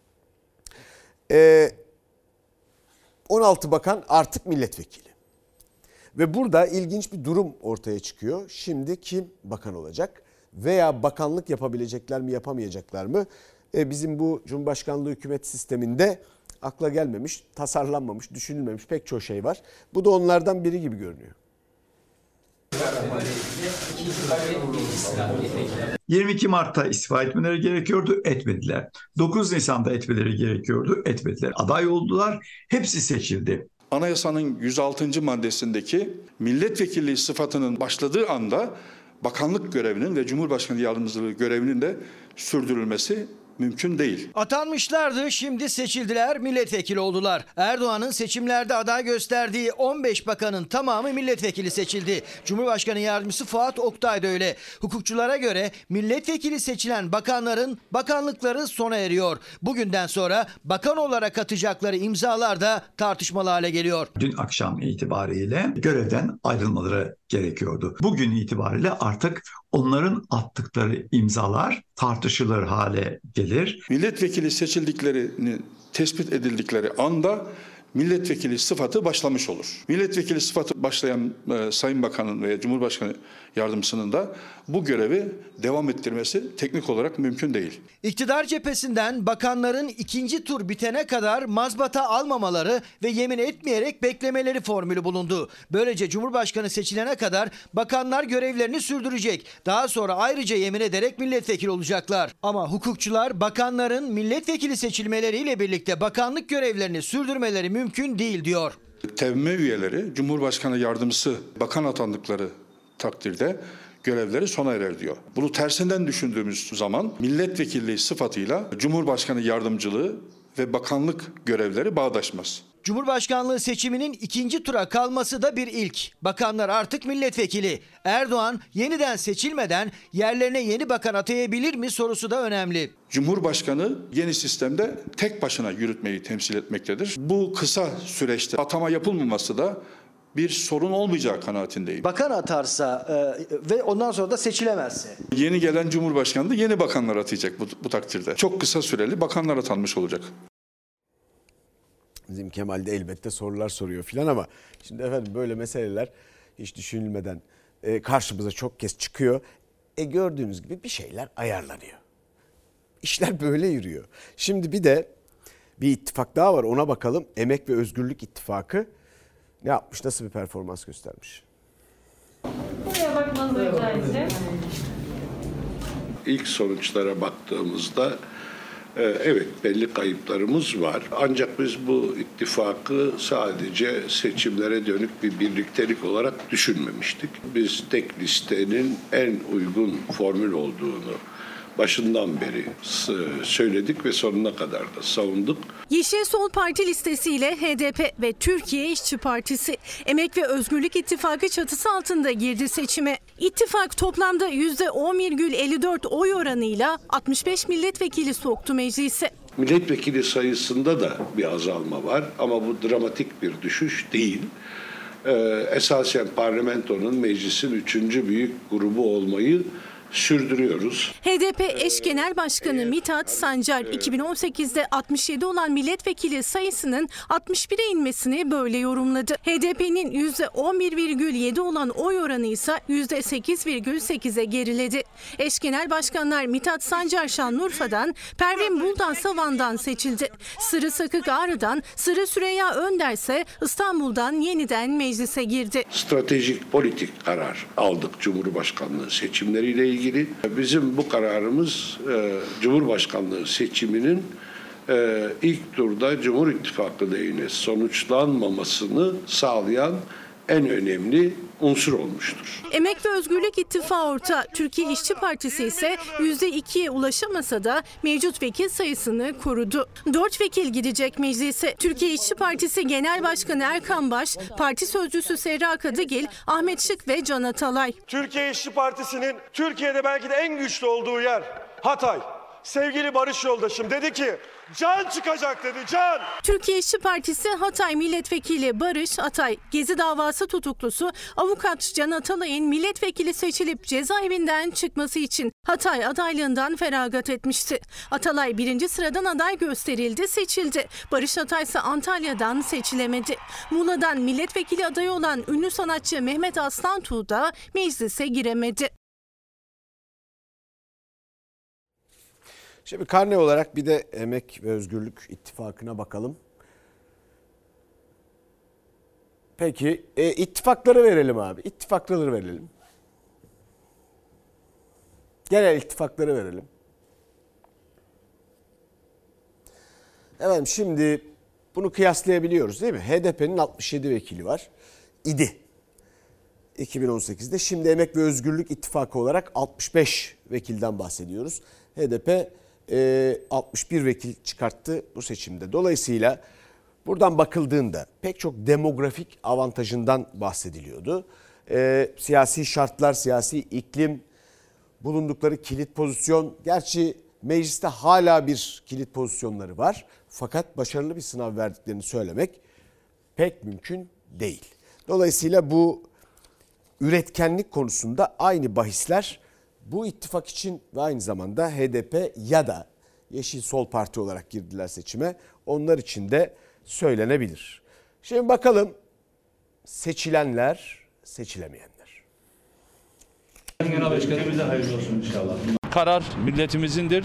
on altı bakan artık milletvekili. Ve burada ilginç bir durum ortaya çıkıyor. Şimdi kim bakan olacak veya bakanlık yapabilecekler mi, yapamayacaklar mı? E bizim bu Cumhurbaşkanlığı hükümet sisteminde akla gelmemiş, tasarlanmamış, düşünülmemiş pek çok şey var. Bu da onlardan biri gibi görünüyor. yirmi iki Mart'ta istifa etmeleri gerekiyordu, etmediler. dokuz Nisan'da etmeleri gerekiyordu, etmediler. Aday oldular, hepsi seçildi. Anayasanın yüz altıncı maddesindeki milletvekilliği sıfatının başladığı anda bakanlık görevinin ve Cumhurbaşkanı yardımcılığı görevinin de sürdürülmesi mümkün değil. Atanmışlardı, şimdi seçildiler, milletvekili oldular. Erdoğan'ın seçimlerde aday gösterdiği on beş bakanın tamamı milletvekili seçildi. Cumhurbaşkanı yardımcısı Fuat Oktay da öyle. Hukukçulara göre milletvekili seçilen bakanların bakanlıkları sona eriyor. Bugünden sonra bakan olarak atacakları imzalar da tartışmalı hale geliyor. Dün akşam itibariyle görevden ayrılmaları gerekiyordu. Bugün itibariyle artık onların attıkları imzalar tartışılır hale gelir. Milletvekili seçildiklerini tespit edildikleri anda milletvekili sıfatı başlamış olur. Milletvekili sıfatı başlayan e, Sayın Bakan'ın veya Cumhurbaşkanı yardımcısının da bu görevi devam ettirmesi teknik olarak mümkün değil. İktidar cephesinden bakanların ikinci tur bitene kadar mazbata almamaları ve yemin etmeyerek beklemeleri formülü bulundu. Böylece Cumhurbaşkanı seçilene kadar bakanlar görevlerini sürdürecek. Daha sonra ayrıca yemin ederek milletvekili olacaklar. Ama hukukçular bakanların milletvekili seçilmeleriyle birlikte bakanlık görevlerini sürdürmeleri mümkün değil diyor. Tevme üyeleri Cumhurbaşkanı yardımcısı bakan atandıkları takdirde görevleri sona erer diyor. Bunu tersinden düşündüğümüz zaman milletvekilliği sıfatıyla Cumhurbaşkanı yardımcılığı ve bakanlık görevleri bağdaşmaz. Cumhurbaşkanlığı seçiminin ikinci tura kalması da bir ilk. Bakanlar artık milletvekili. Erdoğan yeniden seçilmeden yerlerine yeni bakan atayabilir mi sorusu da önemli. Cumhurbaşkanı yeni sistemde tek başına yürütmeyi temsil etmektedir. Bu kısa süreçte atama yapılmaması da bir sorun olmayacağı kanaatindeyim. Bakan atarsa e, ve ondan sonra da seçilemezse? Yeni gelen Cumhurbaşkanı da yeni bakanlar atayacak bu, bu takdirde. Çok kısa süreli bakanlar atanmış olacak. Bizim Kemal de elbette sorular soruyor filan ama şimdi efendim böyle meseleler hiç düşünülmeden e, karşımıza çok kez çıkıyor. E gördüğünüz gibi bir şeyler ayarlanıyor. İşler böyle yürüyor. Şimdi bir de bir ittifak daha var, ona bakalım. Emek ve Özgürlük İttifakı ne yapmış, nasıl bir performans göstermiş? Buraya bakmanızı rica edeceğim. İlk sonuçlara baktığımızda evet belli kayıplarımız var. Ancak biz bu ittifakı sadece seçimlere dönük bir birliktelik olarak düşünmemiştik. Biz tek listenin en uygun formül olduğunu başından beri söyledik ve sonuna kadar da savunduk. Yeşil Sol Parti listesiyle H D P ve Türkiye İşçi Partisi Emek ve Özgürlük İttifakı çatısı altında girdi seçime. İttifak toplamda yüzde on virgül elli dört oy oranıyla altmış beş milletvekili soktu meclise. Milletvekili sayısında da bir azalma var ama bu dramatik bir düşüş değil. Ee, esasen parlamentonun, meclisin üçüncü büyük grubu olmayı sürdürüyoruz. H D P eş genel başkanı Mithat Sancar iki bin on sekizde altmış yedi olan milletvekili sayısının altmış bire inmesini böyle yorumladı. H D P'nin yüzde on bir virgül yedi olan oy oranı ise yüzde sekiz virgül sekize geriledi. Eş genel başkanlar Mithat Sancar Şanlıurfa'dan, Pervin Buldan Van'dan seçildi. Sırrı Sakık Ağrı'dan, Sırrı Süreyya Önder ise İstanbul'dan yeniden meclise girdi. Stratejik politik karar aldık Cumhurbaşkanlığı seçimleriyle ilgili. Bizim bu kararımız e, Cumhurbaşkanlığı seçiminin e, ilk turda Cumhur İttifakı lehine sonuçlanmamasını sağlayan en önemli unsur olmuştur. Emek ve Özgürlük İttifakı orta Türkiye İşçi Partisi ise yüzde ikiye ulaşamasa da mevcut vekil sayısını korudu. Dört vekil gidecek meclise. Türkiye İşçi Partisi Genel Başkanı Erkan Baş, Parti Sözcüsü Serra Kadıgil, Ahmet Şık ve Can Atalay. Türkiye İşçi Partisi'nin Türkiye'de belki de en güçlü olduğu yer Hatay. Sevgili Barış yoldaşım dedi ki can çıkacak dedi, can. Türkiye İşçi Partisi Hatay Milletvekili Barış Atay, Gezi davası tutuklusu avukat Can Atalay'ın milletvekili seçilip cezaevinden çıkması için Hatay adaylığından feragat etmişti. Atalay birinci sıradan aday gösterildi, seçildi. Barış Atay ise Antalya'dan seçilemedi. Muğla'dan milletvekili adayı olan ünlü sanatçı Mehmet Aslantuğ da meclise giremedi. Şimdi karne olarak bir de Emek ve Özgürlük İttifakı'na bakalım. Peki e, ittifakları verelim abi. İttifakları verelim. Genel ittifakları verelim. Evet, şimdi bunu kıyaslayabiliyoruz değil mi? H D P'nin altmış yedi vekili var. İdi. iki bin on sekizde. Şimdi Emek ve Özgürlük İttifakı olarak altmış beş vekilden bahsediyoruz. H D P altmış bir vekil çıkarttı bu seçimde. Dolayısıyla buradan bakıldığında pek çok demografik avantajından bahsediliyordu. E, siyasi şartlar, siyasi iklim, bulundukları kilit pozisyon. Gerçi mecliste hala bir kilit pozisyonları var. Fakat başarılı bir sınav verdiklerini söylemek pek mümkün değil. Dolayısıyla bu üretkenlik konusunda aynı bahisler bu ittifak için ve aynı zamanda H D P ya da Yeşil Sol Parti olarak girdiler seçime. Onlar için de söylenebilir. Şimdi bakalım seçilenler, seçilemeyenler. Genel Başkanımıza hayırlı olsun inşallah. Karar milletimizindir,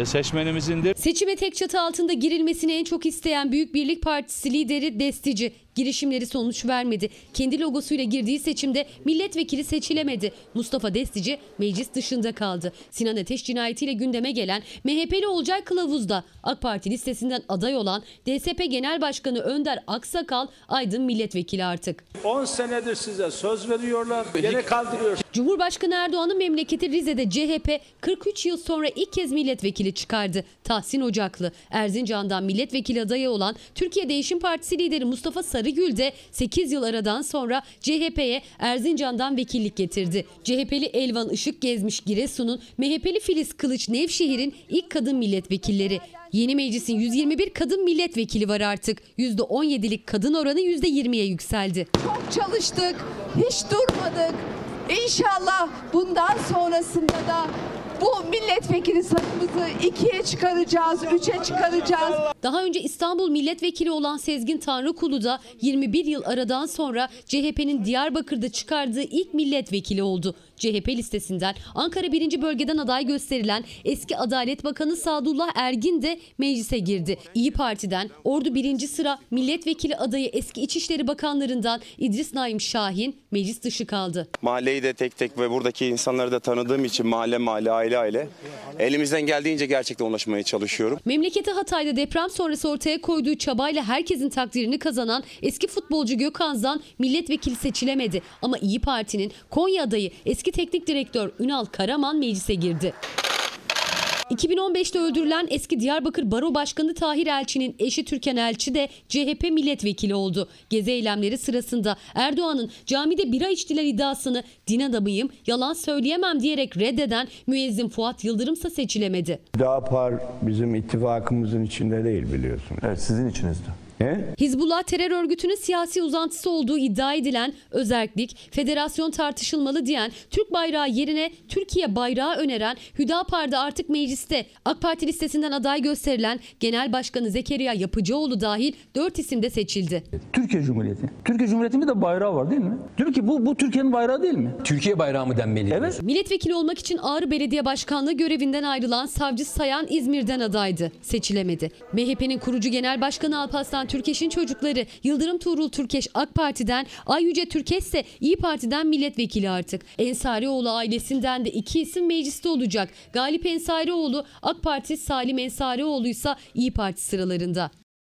seçmenimizindir. Seçime tek çatı altında girilmesini en çok isteyen Büyük Birlik Partisi lideri Destici Girişimleri sonuç vermedi. Kendi logosuyla girdiği seçimde milletvekili seçilemedi. Mustafa Destici meclis dışında kaldı. Sinan Ateş cinayetiyle gündeme gelen M H P'li Olcay Kılavuz da AK Parti listesinden aday olan D S P Genel Başkanı Önder Aksakal Aydın milletvekili artık. on senedir size söz veriyorlar, gene kaldırıyor. Cumhurbaşkanı Erdoğan'ın memleketi Rize'de C H P kırk üç yıl sonra ilk kez milletvekili çıkardı. Tahsin Ocaklı, Erzincan'dan milletvekili adayı olan Türkiye Değişim Partisi lideri Mustafa Sarıgül de sekiz yıl aradan sonra C H P'ye Erzincan'dan vekillik getirdi. C H P'li Elvan Işık Gezmiş Giresun'un, M H P'li Filiz Kılıç Nevşehir'in ilk kadın milletvekilleri. Yeni meclisin yüz yirmi bir kadın milletvekili var artık. yüzde on yedilik kadın oranı yüzde yirmiye yükseldi. Çok çalıştık, hiç durmadık. İnşallah bundan sonrasında da bu milletvekili sayımızı ikiye çıkaracağız, üçe çıkaracağız. Daha önce İstanbul milletvekili olan Sezgin Tanrıkulu da yirmi bir yıl aradan sonra C H P'nin Diyarbakır'da çıkardığı ilk milletvekili oldu. C H P listesinden Ankara birinci Bölgeden aday gösterilen eski Adalet Bakanı Sadullah Ergin de meclise girdi. İyi Parti'den Ordu birinci sıra milletvekili adayı eski İçişleri Bakanlarından İdris Naim Şahin meclis dışı kaldı. Mahalleyi de tek tek ve buradaki insanları da tanıdığım için mahalle mahalle aile aile elimizden geldiğince gerçekten ulaşmaya çalışıyorum. Memleketi Hatay'da deprem sonrası ortaya koyduğu çabayla herkesin takdirini kazanan eski futbolcu Gökhan Zan milletvekili seçilemedi. Ama İyi Parti'nin Konya adayı eski teknik direktör Ünal Karaman meclise girdi. iki bin on beşte öldürülen eski Diyarbakır Baro Başkanı Tahir Elçi'nin eşi Türkan Elçi de C H P milletvekili oldu. Gezi eylemleri sırasında Erdoğan'ın camide bira içtiler iddiasını din adamıyım, yalan söyleyemem diyerek reddeden müezzin Fuat Yıldırımsa seçilemedi. Hüdapar bizim ittifakımızın içinde değil biliyorsunuz. Evet, sizin içinizde. He? Hizbullah terör örgütünün siyasi uzantısı olduğu iddia edilen özerklik, federasyon tartışılmalı diyen, Türk bayrağı yerine Türkiye bayrağı öneren Hüdapar'da artık mecliste. AK Parti listesinden aday gösterilen Genel Başkanı Zekeriya Yapıcıoğlu dahil dört isim de seçildi. Türkiye Cumhuriyeti. Türkiye Cumhuriyeti'nin de bayrağı var değil mi? Diyor ki bu, bu Türkiye'nin bayrağı değil mi? Türkiye bayrağı mı denmeli? Evet. Milletvekili olmak için Ağrı Belediye Başkanlığı görevinden ayrılan Savcı Sayan İzmir'den adaydı. Seçilemedi. M H P'nin kurucu Genel Başkanı Alparslan Türkeş'in çocukları Yıldırım Tuğrul Türkeş AK Parti'den, Ay Yüce Türkeş ise İyi Parti'den milletvekili artık. Ensarioğlu ailesinden de iki isim mecliste olacak. Galip Ensarioğlu AK Parti, Salim Ensarioğlu ise İyi Parti sıralarında.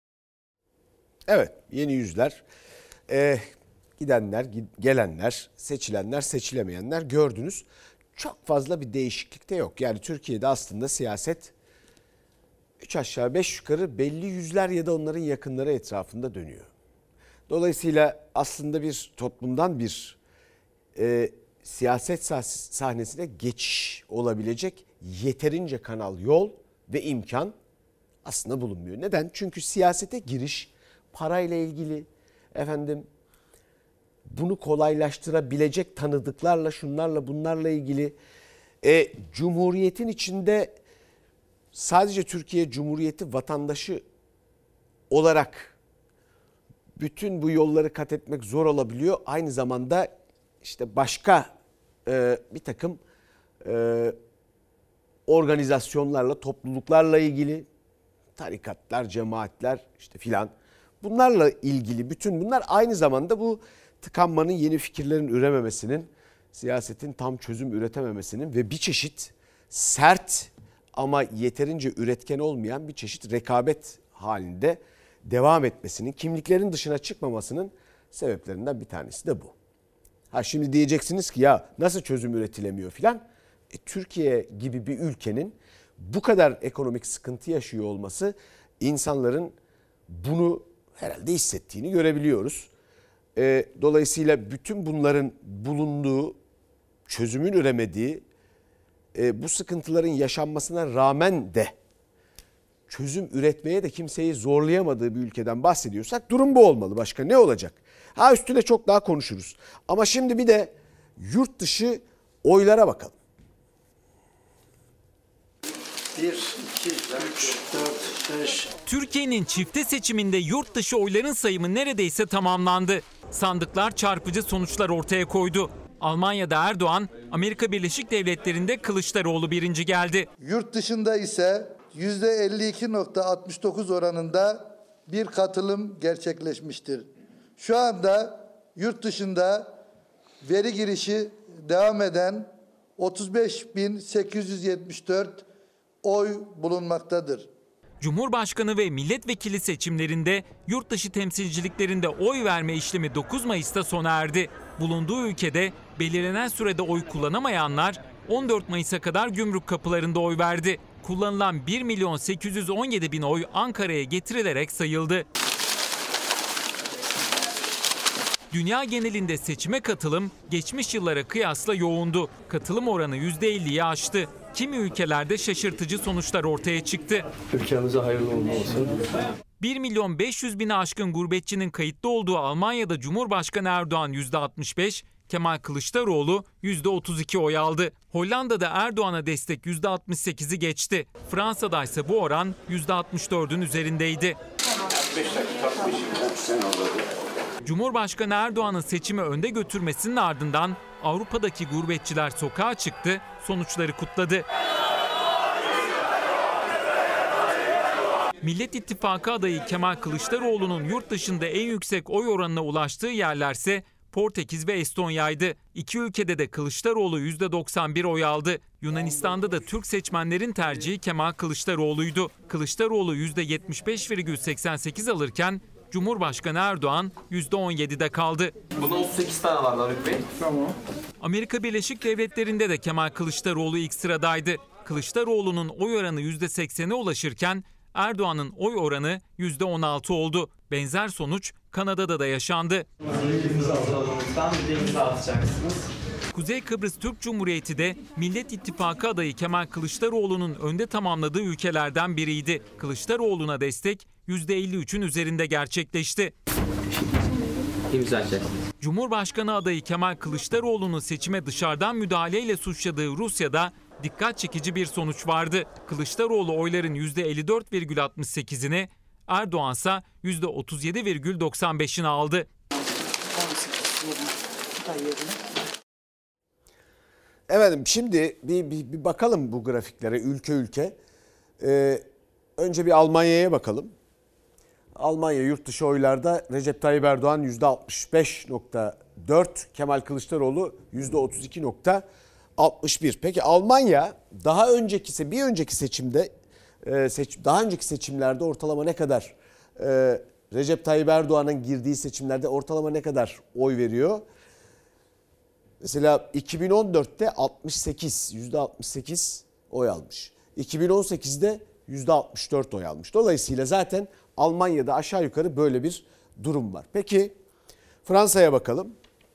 Evet, yeni yüzler, ee, gidenler, gelenler, seçilenler, seçilemeyenler gördünüz. Çok fazla bir değişiklik de yok. Yani Türkiye'de aslında siyaset üç aşağı beş yukarı belli yüzler ya da onların yakınları etrafında dönüyor. Dolayısıyla aslında bir toplumdan bir e, siyaset sahnesine geçiş olabilecek yeterince kanal, yol ve imkan aslında bulunmuyor. Neden? Çünkü siyasete giriş parayla ilgili, efendim bunu kolaylaştırabilecek tanıdıklarla, şunlarla, bunlarla ilgili. E, Cumhuriyetin içinde sadece Türkiye Cumhuriyeti vatandaşı olarak bütün bu yolları kat etmek zor olabiliyor. Aynı zamanda işte başka e, bir takım e, organizasyonlarla, topluluklarla ilgili, tarikatlar, cemaatler işte filan, bunlarla ilgili bütün bunlar aynı zamanda bu tıkanmanın, yeni fikirlerin ürememesinin, siyasetin tam çözüm üretememesinin ve bir çeşit sert ama yeterince üretken olmayan bir çeşit rekabet halinde devam etmesinin, kimliklerin dışına çıkmamasının sebeplerinden bir tanesi de bu. Ha şimdi diyeceksiniz ki ya nasıl çözüm üretilemiyor filan. E, Türkiye gibi bir ülkenin bu kadar ekonomik sıkıntı yaşıyor olması, insanların bunu herhalde hissettiğini görebiliyoruz. E, dolayısıyla bütün bunların bulunduğu, çözümün üremediği, e, bu sıkıntıların yaşanmasına rağmen de çözüm üretmeye de kimseyi zorlayamadığı bir ülkeden bahsediyorsak durum bu olmalı. Başka ne olacak? Ha üstüne çok daha konuşuruz. Ama şimdi bir de yurt dışı oylara bakalım. bir, iki, üç, dört, beş. Türkiye'nin çifte seçiminde yurt dışı oyların sayımı neredeyse tamamlandı. Sandıklar çarpıcı sonuçlar ortaya koydu. Almanya'da Erdoğan, Amerika Birleşik Devletleri'nde Kılıçdaroğlu birinci geldi. Yurt dışında ise yüzde elli iki nokta altmış dokuz oranında bir katılım gerçekleşmiştir. Şu anda yurt dışında veri girişi devam eden otuz beş bin sekiz yüz yetmiş dört oy bulunmaktadır. Cumhurbaşkanı ve milletvekili seçimlerinde yurt dışı temsilciliklerinde oy verme işlemi dokuz Mayıs'ta sona erdi. Bulunduğu ülkede belirlenen sürede oy kullanamayanlar on dört Mayıs'a kadar gümrük kapılarında oy verdi. Kullanılan bir milyon sekiz yüz on yedi bin oy Ankara'ya getirilerek sayıldı. Dünya genelinde seçime katılım geçmiş yıllara kıyasla yoğundu. Katılım oranı yüzde elliyi aştı. Kimi ülkelerde şaşırtıcı sonuçlar ortaya çıktı. Ülkemize hayırlı uğurlu olsun. bir milyon beş yüz bini aşkın gurbetçinin kayıtlı olduğu Almanya'da Cumhurbaşkanı Erdoğan yüzde altmış beş, Kemal Kılıçdaroğlu yüzde otuz iki oy aldı. Hollanda'da Erdoğan'a destek yüzde altmış sekizi geçti. Fransa'da ise bu oran yüzde altmış dördün üzerindeydi. Cumhurbaşkanı Erdoğan'ın seçimi önde götürmesinin ardından Avrupa'daki gurbetçiler sokağa çıktı, sonuçları kutladı. Millet İttifakı adayı Kemal Kılıçdaroğlu'nun yurt dışında en yüksek oy oranına ulaştığı yerlerse Portekiz ve Estonya'ydı. İki ülkede de Kılıçdaroğlu yüzde doksan bir oy aldı. Yunanistan'da da Türk seçmenlerin tercihi Kemal Kılıçdaroğlu'ydu. Kılıçdaroğlu yüzde yetmiş beş virgül seksen sekiz alırken Cumhurbaşkanı Erdoğan yüzde on yedide kaldı. Bunda otuz sekiz tane var Davut Bey. Tamam. Amerika Birleşik Devletleri'nde de Kemal Kılıçdaroğlu ilk sıradaydı. Kılıçdaroğlu'nun oy oranı yüzde seksene ulaşırken Erdoğan'ın oy oranı yüzde on altı oldu. Benzer sonuç Kanada'da da yaşandı. Kuzey Kıbrıs Türk Cumhuriyeti de Millet İttifakı adayı Kemal Kılıçdaroğlu'nun önde tamamladığı ülkelerden biriydi. Kılıçdaroğlu'na destek yüzde elli üçün üzerinde gerçekleşti. Cumhurbaşkanı adayı Kemal Kılıçdaroğlu'nun seçime dışarıdan müdahaleyle suçladığı Rusya'da dikkat çekici bir sonuç vardı. Kılıçdaroğlu oyların yüzde elli dört virgül altmış sekizini, Erdoğan ise yüzde otuz yedi virgül doksan beşini aldı. Efendim şimdi bir, bir, bir bakalım bu grafiklere ülke ülke. Ee, önce bir Almanya'ya bakalım. Almanya yurt dışı oylarda Recep Tayyip Erdoğan yüzde altmış beş virgül dört, Kemal Kılıçdaroğlu yüzde otuz iki virgül altmış bir. Peki Almanya daha önceki bir önceki seçimde seç, daha önceki seçimlerde ortalama ne kadar e, Recep Tayyip Erdoğan'ın girdiği seçimlerde ortalama ne kadar oy veriyor? Mesela iki bin on dörtte altmış sekiz, yüzde altmış sekiz oy almış. iki bin on sekizde yüzde altmış dört oy almış. Dolayısıyla zaten Almanya'da aşağı yukarı böyle bir durum var. Peki Fransa'ya bakalım.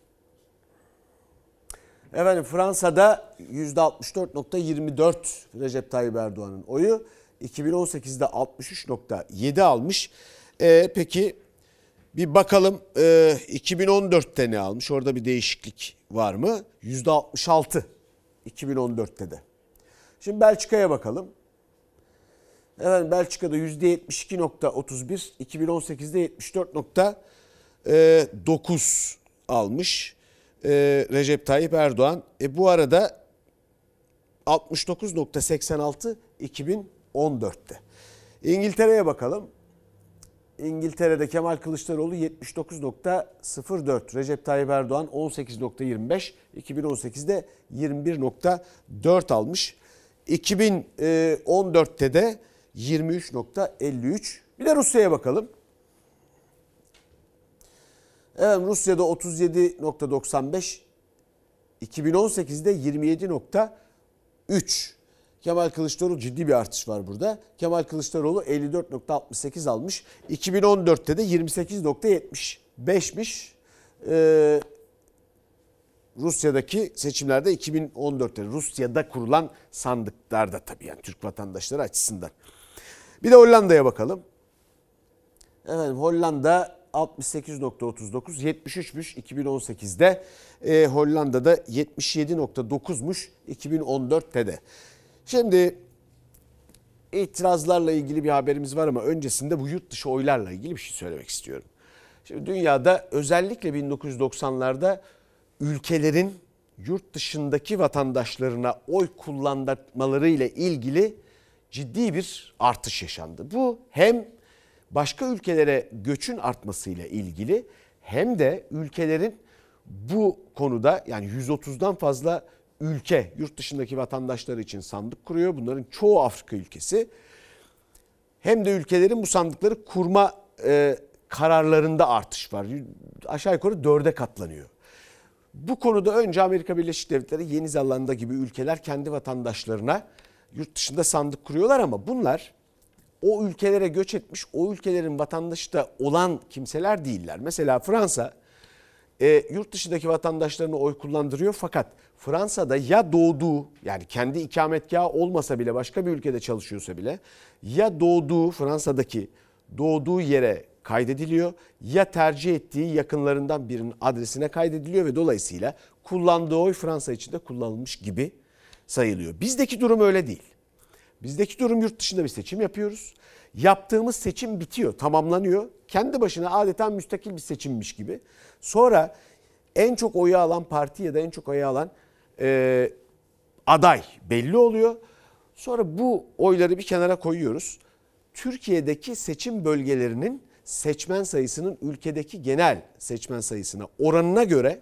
Efendim Fransa'da yüzde altmış dört virgül yirmi dört Recep Tayyip Erdoğan'ın oyu. iki bin on sekizde altmış üç virgül yedi almış. Ee, peki bir bakalım e, iki bin on dörtte ne almış? Orada bir değişiklik var mı? yüzde altmış altı iki bin on dörtte de. Şimdi Belçika'ya bakalım. Evet, Belçika'da yüzde yetmiş iki virgül otuz bir, iki bin on sekizde yetmiş dört virgül dokuz almış e, Recep Tayyip Erdoğan. E, bu arada altmış dokuz virgül seksen altı iki bin on dörtte. İngiltere'ye bakalım. İngiltere'de Kemal Kılıçdaroğlu yetmiş dokuz virgül sıfır dört, Recep Tayyip Erdoğan on sekiz virgül yirmi beş, iki bin on sekizde yirmi bir virgül dört almış. iki bin on dörtte de yirmi üç virgül elli üç. Bir de Rusya'ya bakalım. Evet, Rusya'da otuz yedi virgül doksan beş, iki bin on sekizde yirmi yedi virgül üç. Kemal Kılıçdaroğlu, ciddi bir artış var burada. Kemal Kılıçdaroğlu elli dört virgül altmış sekiz almış. iki bin on dörtte de yirmi sekiz virgül yetmiş beşmiş. Ee, Rusya'daki seçimlerde iki bin on dörtte Rusya'da kurulan sandıklarda tabii, yani Türk vatandaşları açısından. Bir de Hollanda'ya bakalım. Evet, Hollanda altmış sekiz virgül otuz dokuz, yetmiş üçmüş iki bin on sekizde. Ee, Hollanda'da yetmiş yedi virgül dokuzmuş iki bin on dörtte de. Şimdi itirazlarla ilgili bir haberimiz var ama öncesinde bu yurt dışı oylarla ilgili bir şey söylemek istiyorum. Şimdi dünyada özellikle bin dokuz yüz doksanlarda ülkelerin yurt dışındaki vatandaşlarına oy kullandırmaları ile ilgili ciddi bir artış yaşandı. Bu hem başka ülkelere göçün artmasıyla ilgili hem de ülkelerin bu konuda yani yüz otuzdan fazla ülke yurt dışındaki vatandaşları için sandık kuruyor. Bunların çoğu Afrika ülkesi. Hem de ülkelerin bu sandıkları kurma e, kararlarında artış var. Aşağı yukarı dörde katlanıyor. Bu konuda önce Amerika Birleşik Devletleri, Yeni Zelanda gibi ülkeler kendi vatandaşlarına yurt dışında sandık kuruyorlar ama bunlar o ülkelere göç etmiş, o ülkelerin vatandaşı da olan kimseler değiller. Mesela Fransa e, yurt dışındaki vatandaşlarına oy kullandırıyor fakat Fransa'da ya doğduğu yani kendi ikametgahı olmasa bile başka bir ülkede çalışıyorsa bile ya doğduğu Fransa'daki doğduğu yere kaydediliyor ya tercih ettiği yakınlarından birinin adresine kaydediliyor ve dolayısıyla kullandığı oy Fransa için de kullanılmış gibi sayılıyor. Bizdeki durum öyle değil. Bizdeki durum yurt dışında bir seçim yapıyoruz. Yaptığımız seçim bitiyor, tamamlanıyor. Kendi başına adeta müstakil bir seçimmiş gibi. Sonra en çok oyu alan parti ya da en çok oyu alan e, aday belli oluyor. Sonra bu oyları bir kenara koyuyoruz. Türkiye'deki seçim bölgelerinin seçmen sayısının ülkedeki genel seçmen sayısına oranına göre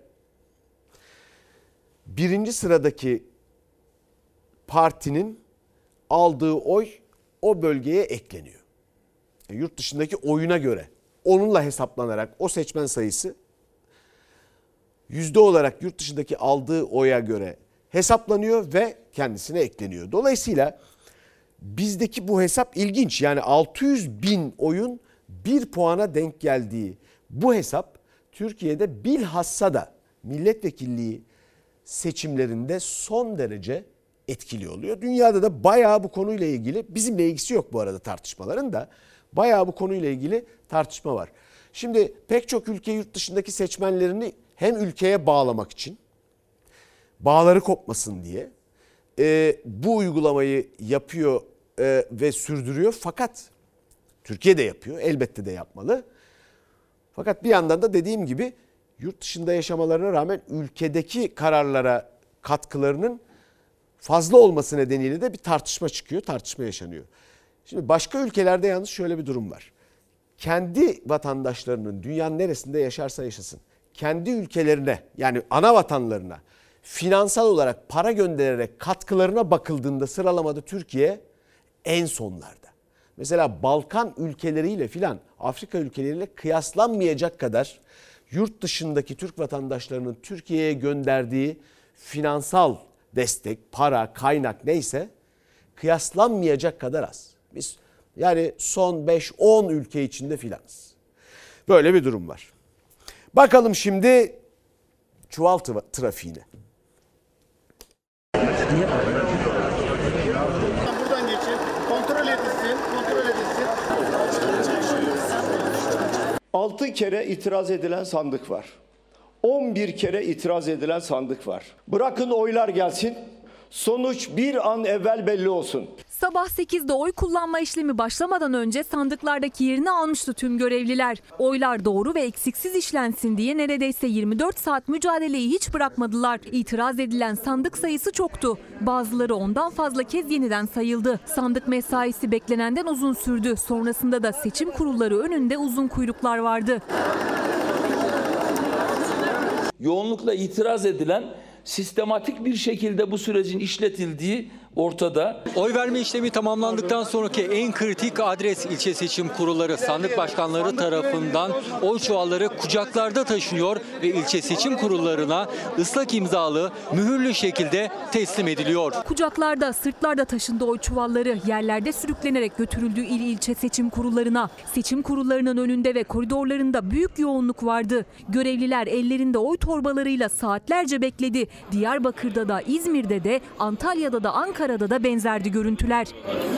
birinci sıradaki partinin aldığı oy o bölgeye ekleniyor. Yani yurt dışındaki oyuna göre onunla hesaplanarak o seçmen sayısı yüzde olarak yurt dışındaki aldığı oya göre hesaplanıyor ve kendisine ekleniyor. Dolayısıyla bizdeki bu hesap ilginç. Yani altı yüz bin oyun bir puana denk geldiği bu hesap Türkiye'de bilhassa da milletvekilliği seçimlerinde son derece etkili oluyor. Dünyada da bayağı bu konuyla ilgili, bizimle ilgisi yok bu arada tartışmaların da, bayağı bu konuyla ilgili tartışma var. Şimdi pek çok ülke yurt dışındaki seçmenlerini hem ülkeye bağlamak için, bağları kopmasın diye e, bu uygulamayı yapıyor e, ve sürdürüyor. Fakat Türkiye de yapıyor, elbette de yapmalı. Fakat bir yandan da dediğim gibi yurt dışında yaşamalarına rağmen ülkedeki kararlara katkılarının fazla olması nedeniyle de bir tartışma çıkıyor, tartışma yaşanıyor. Şimdi başka ülkelerde yalnız şöyle bir durum var. Kendi vatandaşlarının dünyanın neresinde yaşarsa yaşasın, kendi ülkelerine yani ana vatanlarına finansal olarak para göndererek katkılarına bakıldığında sıralamada Türkiye en sonlarda. Mesela Balkan ülkeleriyle filan Afrika ülkeleriyle kıyaslanmayacak kadar yurt dışındaki Türk vatandaşlarının Türkiye'ye gönderdiği finansal destek, para, kaynak neyse kıyaslanmayacak kadar az. Biz yani son beş on ülke içinde filanız. Böyle bir durum var. Bakalım şimdi çuval trafiğine. Buradan geçin. Kontrol edilsin. Kontrol edilsin. altı kere itiraz edilen sandık var. on bir kere itiraz edilen sandık var. Bırakın oylar gelsin. Sonuç bir an evvel belli olsun. Sabah sekizde oy kullanma işlemi başlamadan önce sandıklardaki yerini almıştı tüm görevliler. Oylar doğru ve eksiksiz işlensin diye neredeyse yirmi dört saat mücadeleyi hiç bırakmadılar. İtiraz edilen sandık sayısı çoktu. Bazıları ondan fazla kez yeniden sayıldı. Sandık mesaisi beklenenden uzun sürdü. Sonrasında da seçim kurulları önünde uzun kuyruklar vardı. Yoğunlukla itiraz edilen, sistematik bir şekilde bu sürecin işletildiği ortada. Oy verme işlemi tamamlandıktan sonraki en kritik adres ilçe seçim kurulları sandık başkanları tarafından oy çuvalları kucaklarda taşınıyor ve ilçe seçim kurullarına ıslak imzalı, mühürlü şekilde teslim ediliyor. Kucaklarda, sırtlarda taşındı oy çuvalları, yerlerde sürüklenerek götürüldü il ilçe seçim kurullarına. Seçim kurullarının önünde ve koridorlarında büyük yoğunluk vardı. Görevliler ellerinde oy torbalarıyla saatlerce bekledi. Diyarbakır'da da, İzmir'de de, Antalya'da da, Ankara'da Ankara'da da benzerdi görüntüler.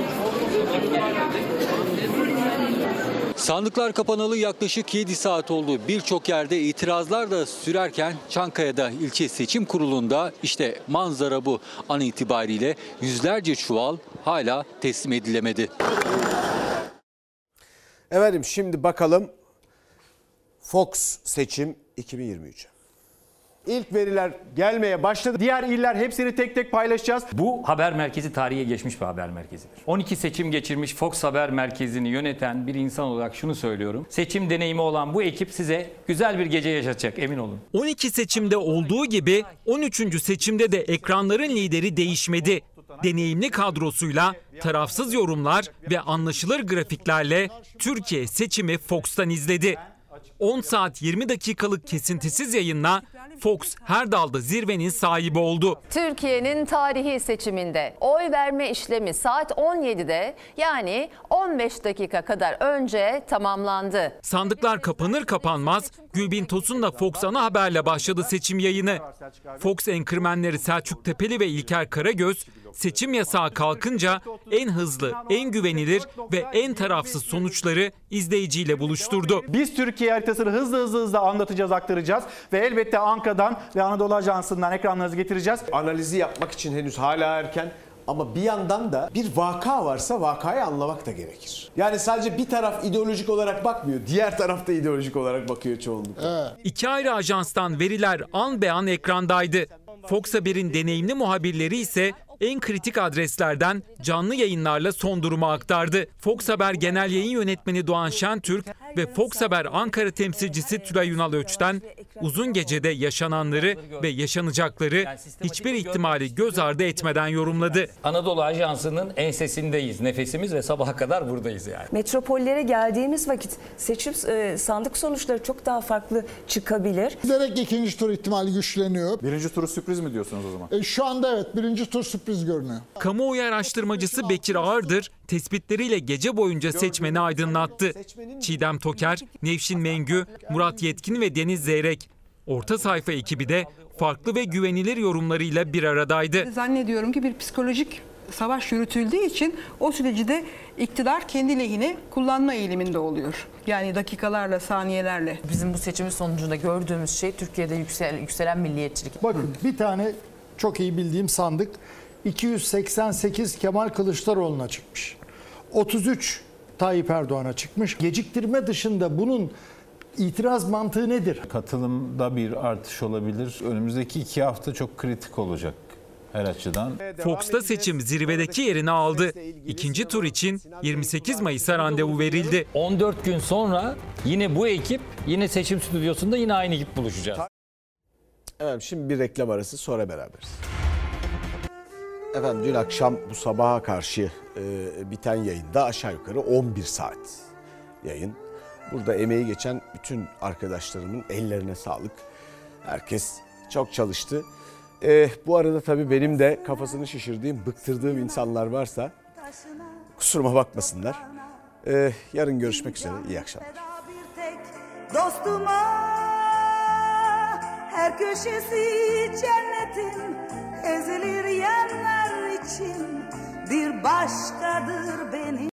Sandıklar kapanalı yaklaşık yedi saat oldu. Birçok yerde itirazlar da sürerken Çankaya'da ilçe seçim kurulunda işte manzara bu. An itibariyle yüzlerce çuval hala teslim edilemedi. Efendim şimdi bakalım Fox seçim iki bin yirmi üç. İlk veriler gelmeye başladı. Diğer iller hepsini tek tek paylaşacağız. Bu haber merkezi tarihe geçmiş bir haber merkezidir. on iki seçim geçirmiş Fox Haber Merkezi'ni yöneten bir insan olarak şunu söylüyorum. Seçim deneyimi olan bu ekip size güzel bir gece yaşatacak, emin olun. on iki seçimde olduğu gibi on üçüncü seçimde de ekranların lideri değişmedi. Deneyimli kadrosuyla, tarafsız yorumlar ve anlaşılır grafiklerle Türkiye seçimi Fox'tan izledi. on saat yirmi dakikalık kesintisiz yayınla Fox her dalda zirvenin sahibi oldu. Türkiye'nin tarihi seçiminde oy verme işlemi saat on yedide yani on beş dakika kadar önce tamamlandı. Sandıklar kapanır kapanmaz Gülbin Tosun'la Fox ana haberle başladı seçim yayını. Fox enkırmenleri Selçuk Tepeli ve İlker Karagöz seçim yasağı kalkınca en hızlı, en güvenilir ve en tarafsız sonuçları izleyiciyle buluşturdu. Biz Türkiye haritasını hızlı hızlı hızlı anlatacağız, aktaracağız ve elbette Ankara'dan ve Anadolu Ajansı'ndan ekranlarınızı getireceğiz. Analizi yapmak için henüz hala erken ama bir yandan da bir vaka varsa vakayı anlamak da gerekir. Yani sadece bir taraf ideolojik olarak bakmıyor, diğer taraf da ideolojik olarak bakıyor çoğunlukla. İki ayrı ajanstan veriler an be an ekrandaydı. Fox Haber'in deneyimli muhabirleri ise en kritik adreslerden canlı yayınlarla son durumu aktardı. Fox Haber Genel Yayın Yönetmeni Doğan Şentürk ve Fox Haber Ankara temsilcisi Tülay Ünal Öç'ten uzun gecede yaşananları ve yaşanacakları hiçbir ihtimali göz ardı etmeden yorumladı. Anadolu Ajansı'nın ensesindeyiz, nefesimiz ve sabaha kadar buradayız yani. Metropollere geldiğimiz vakit seçim e, sandık sonuçları çok daha farklı çıkabilir. Giderek ikinci tur ihtimali güçleniyor. Birinci turu sürpriz mi diyorsunuz o zaman? E, şu anda evet birinci tur sürpriz görünüyor. Kamuoyu araştırmacısı Bekir Ağırdır tespitleriyle gece boyunca seçmeni aydınlattı. Çiğdem Toker, Nevşin Mengü, Murat Yetkin ve Deniz Zeyrek. Orta sayfa ekibi de farklı ve güvenilir yorumlarıyla bir aradaydı. Zannediyorum ki bir psikolojik savaş yürütüldüğü için o süreci de iktidar kendi lehine kullanma eğiliminde oluyor. Yani dakikalarla, saniyelerle. Bizim bu seçimin sonucunda gördüğümüz şey Türkiye'de yüksel, yükselen milliyetçilik. Bakın bir tane çok iyi bildiğim sandık iki yüz seksen sekiz Kemal Kılıçdaroğlu'na çıkmış. otuz üç Tayyip Erdoğan'a çıkmış. Geciktirme dışında bunun itiraz mantığı nedir? Katılımda bir artış olabilir. Önümüzdeki iki hafta çok kritik olacak her açıdan. Fox'ta seçim zirvedeki yerini aldı. İkinci tur için yirmi sekiz Mayıs'a randevu verildi. on dört gün sonra yine bu ekip, yine seçim stüdyosunda yine aynı ekip buluşacağız. Evet, şimdi bir reklam arası, sonra beraberiz. Efendim dün akşam bu sabaha karşı e, biten yayında aşağı yukarı on bir saat yayın. Burada emeği geçen bütün arkadaşlarımın ellerine sağlık. Herkes çok çalıştı. E, bu arada tabii benim de kafasını şişirdiğim, bıktırdığım insanlar varsa kusuruma bakmasınlar. E, yarın görüşmek üzere. İyi akşamlar. Dostuma her köşesi cennetin ezilir yerler için bir başkadır benim.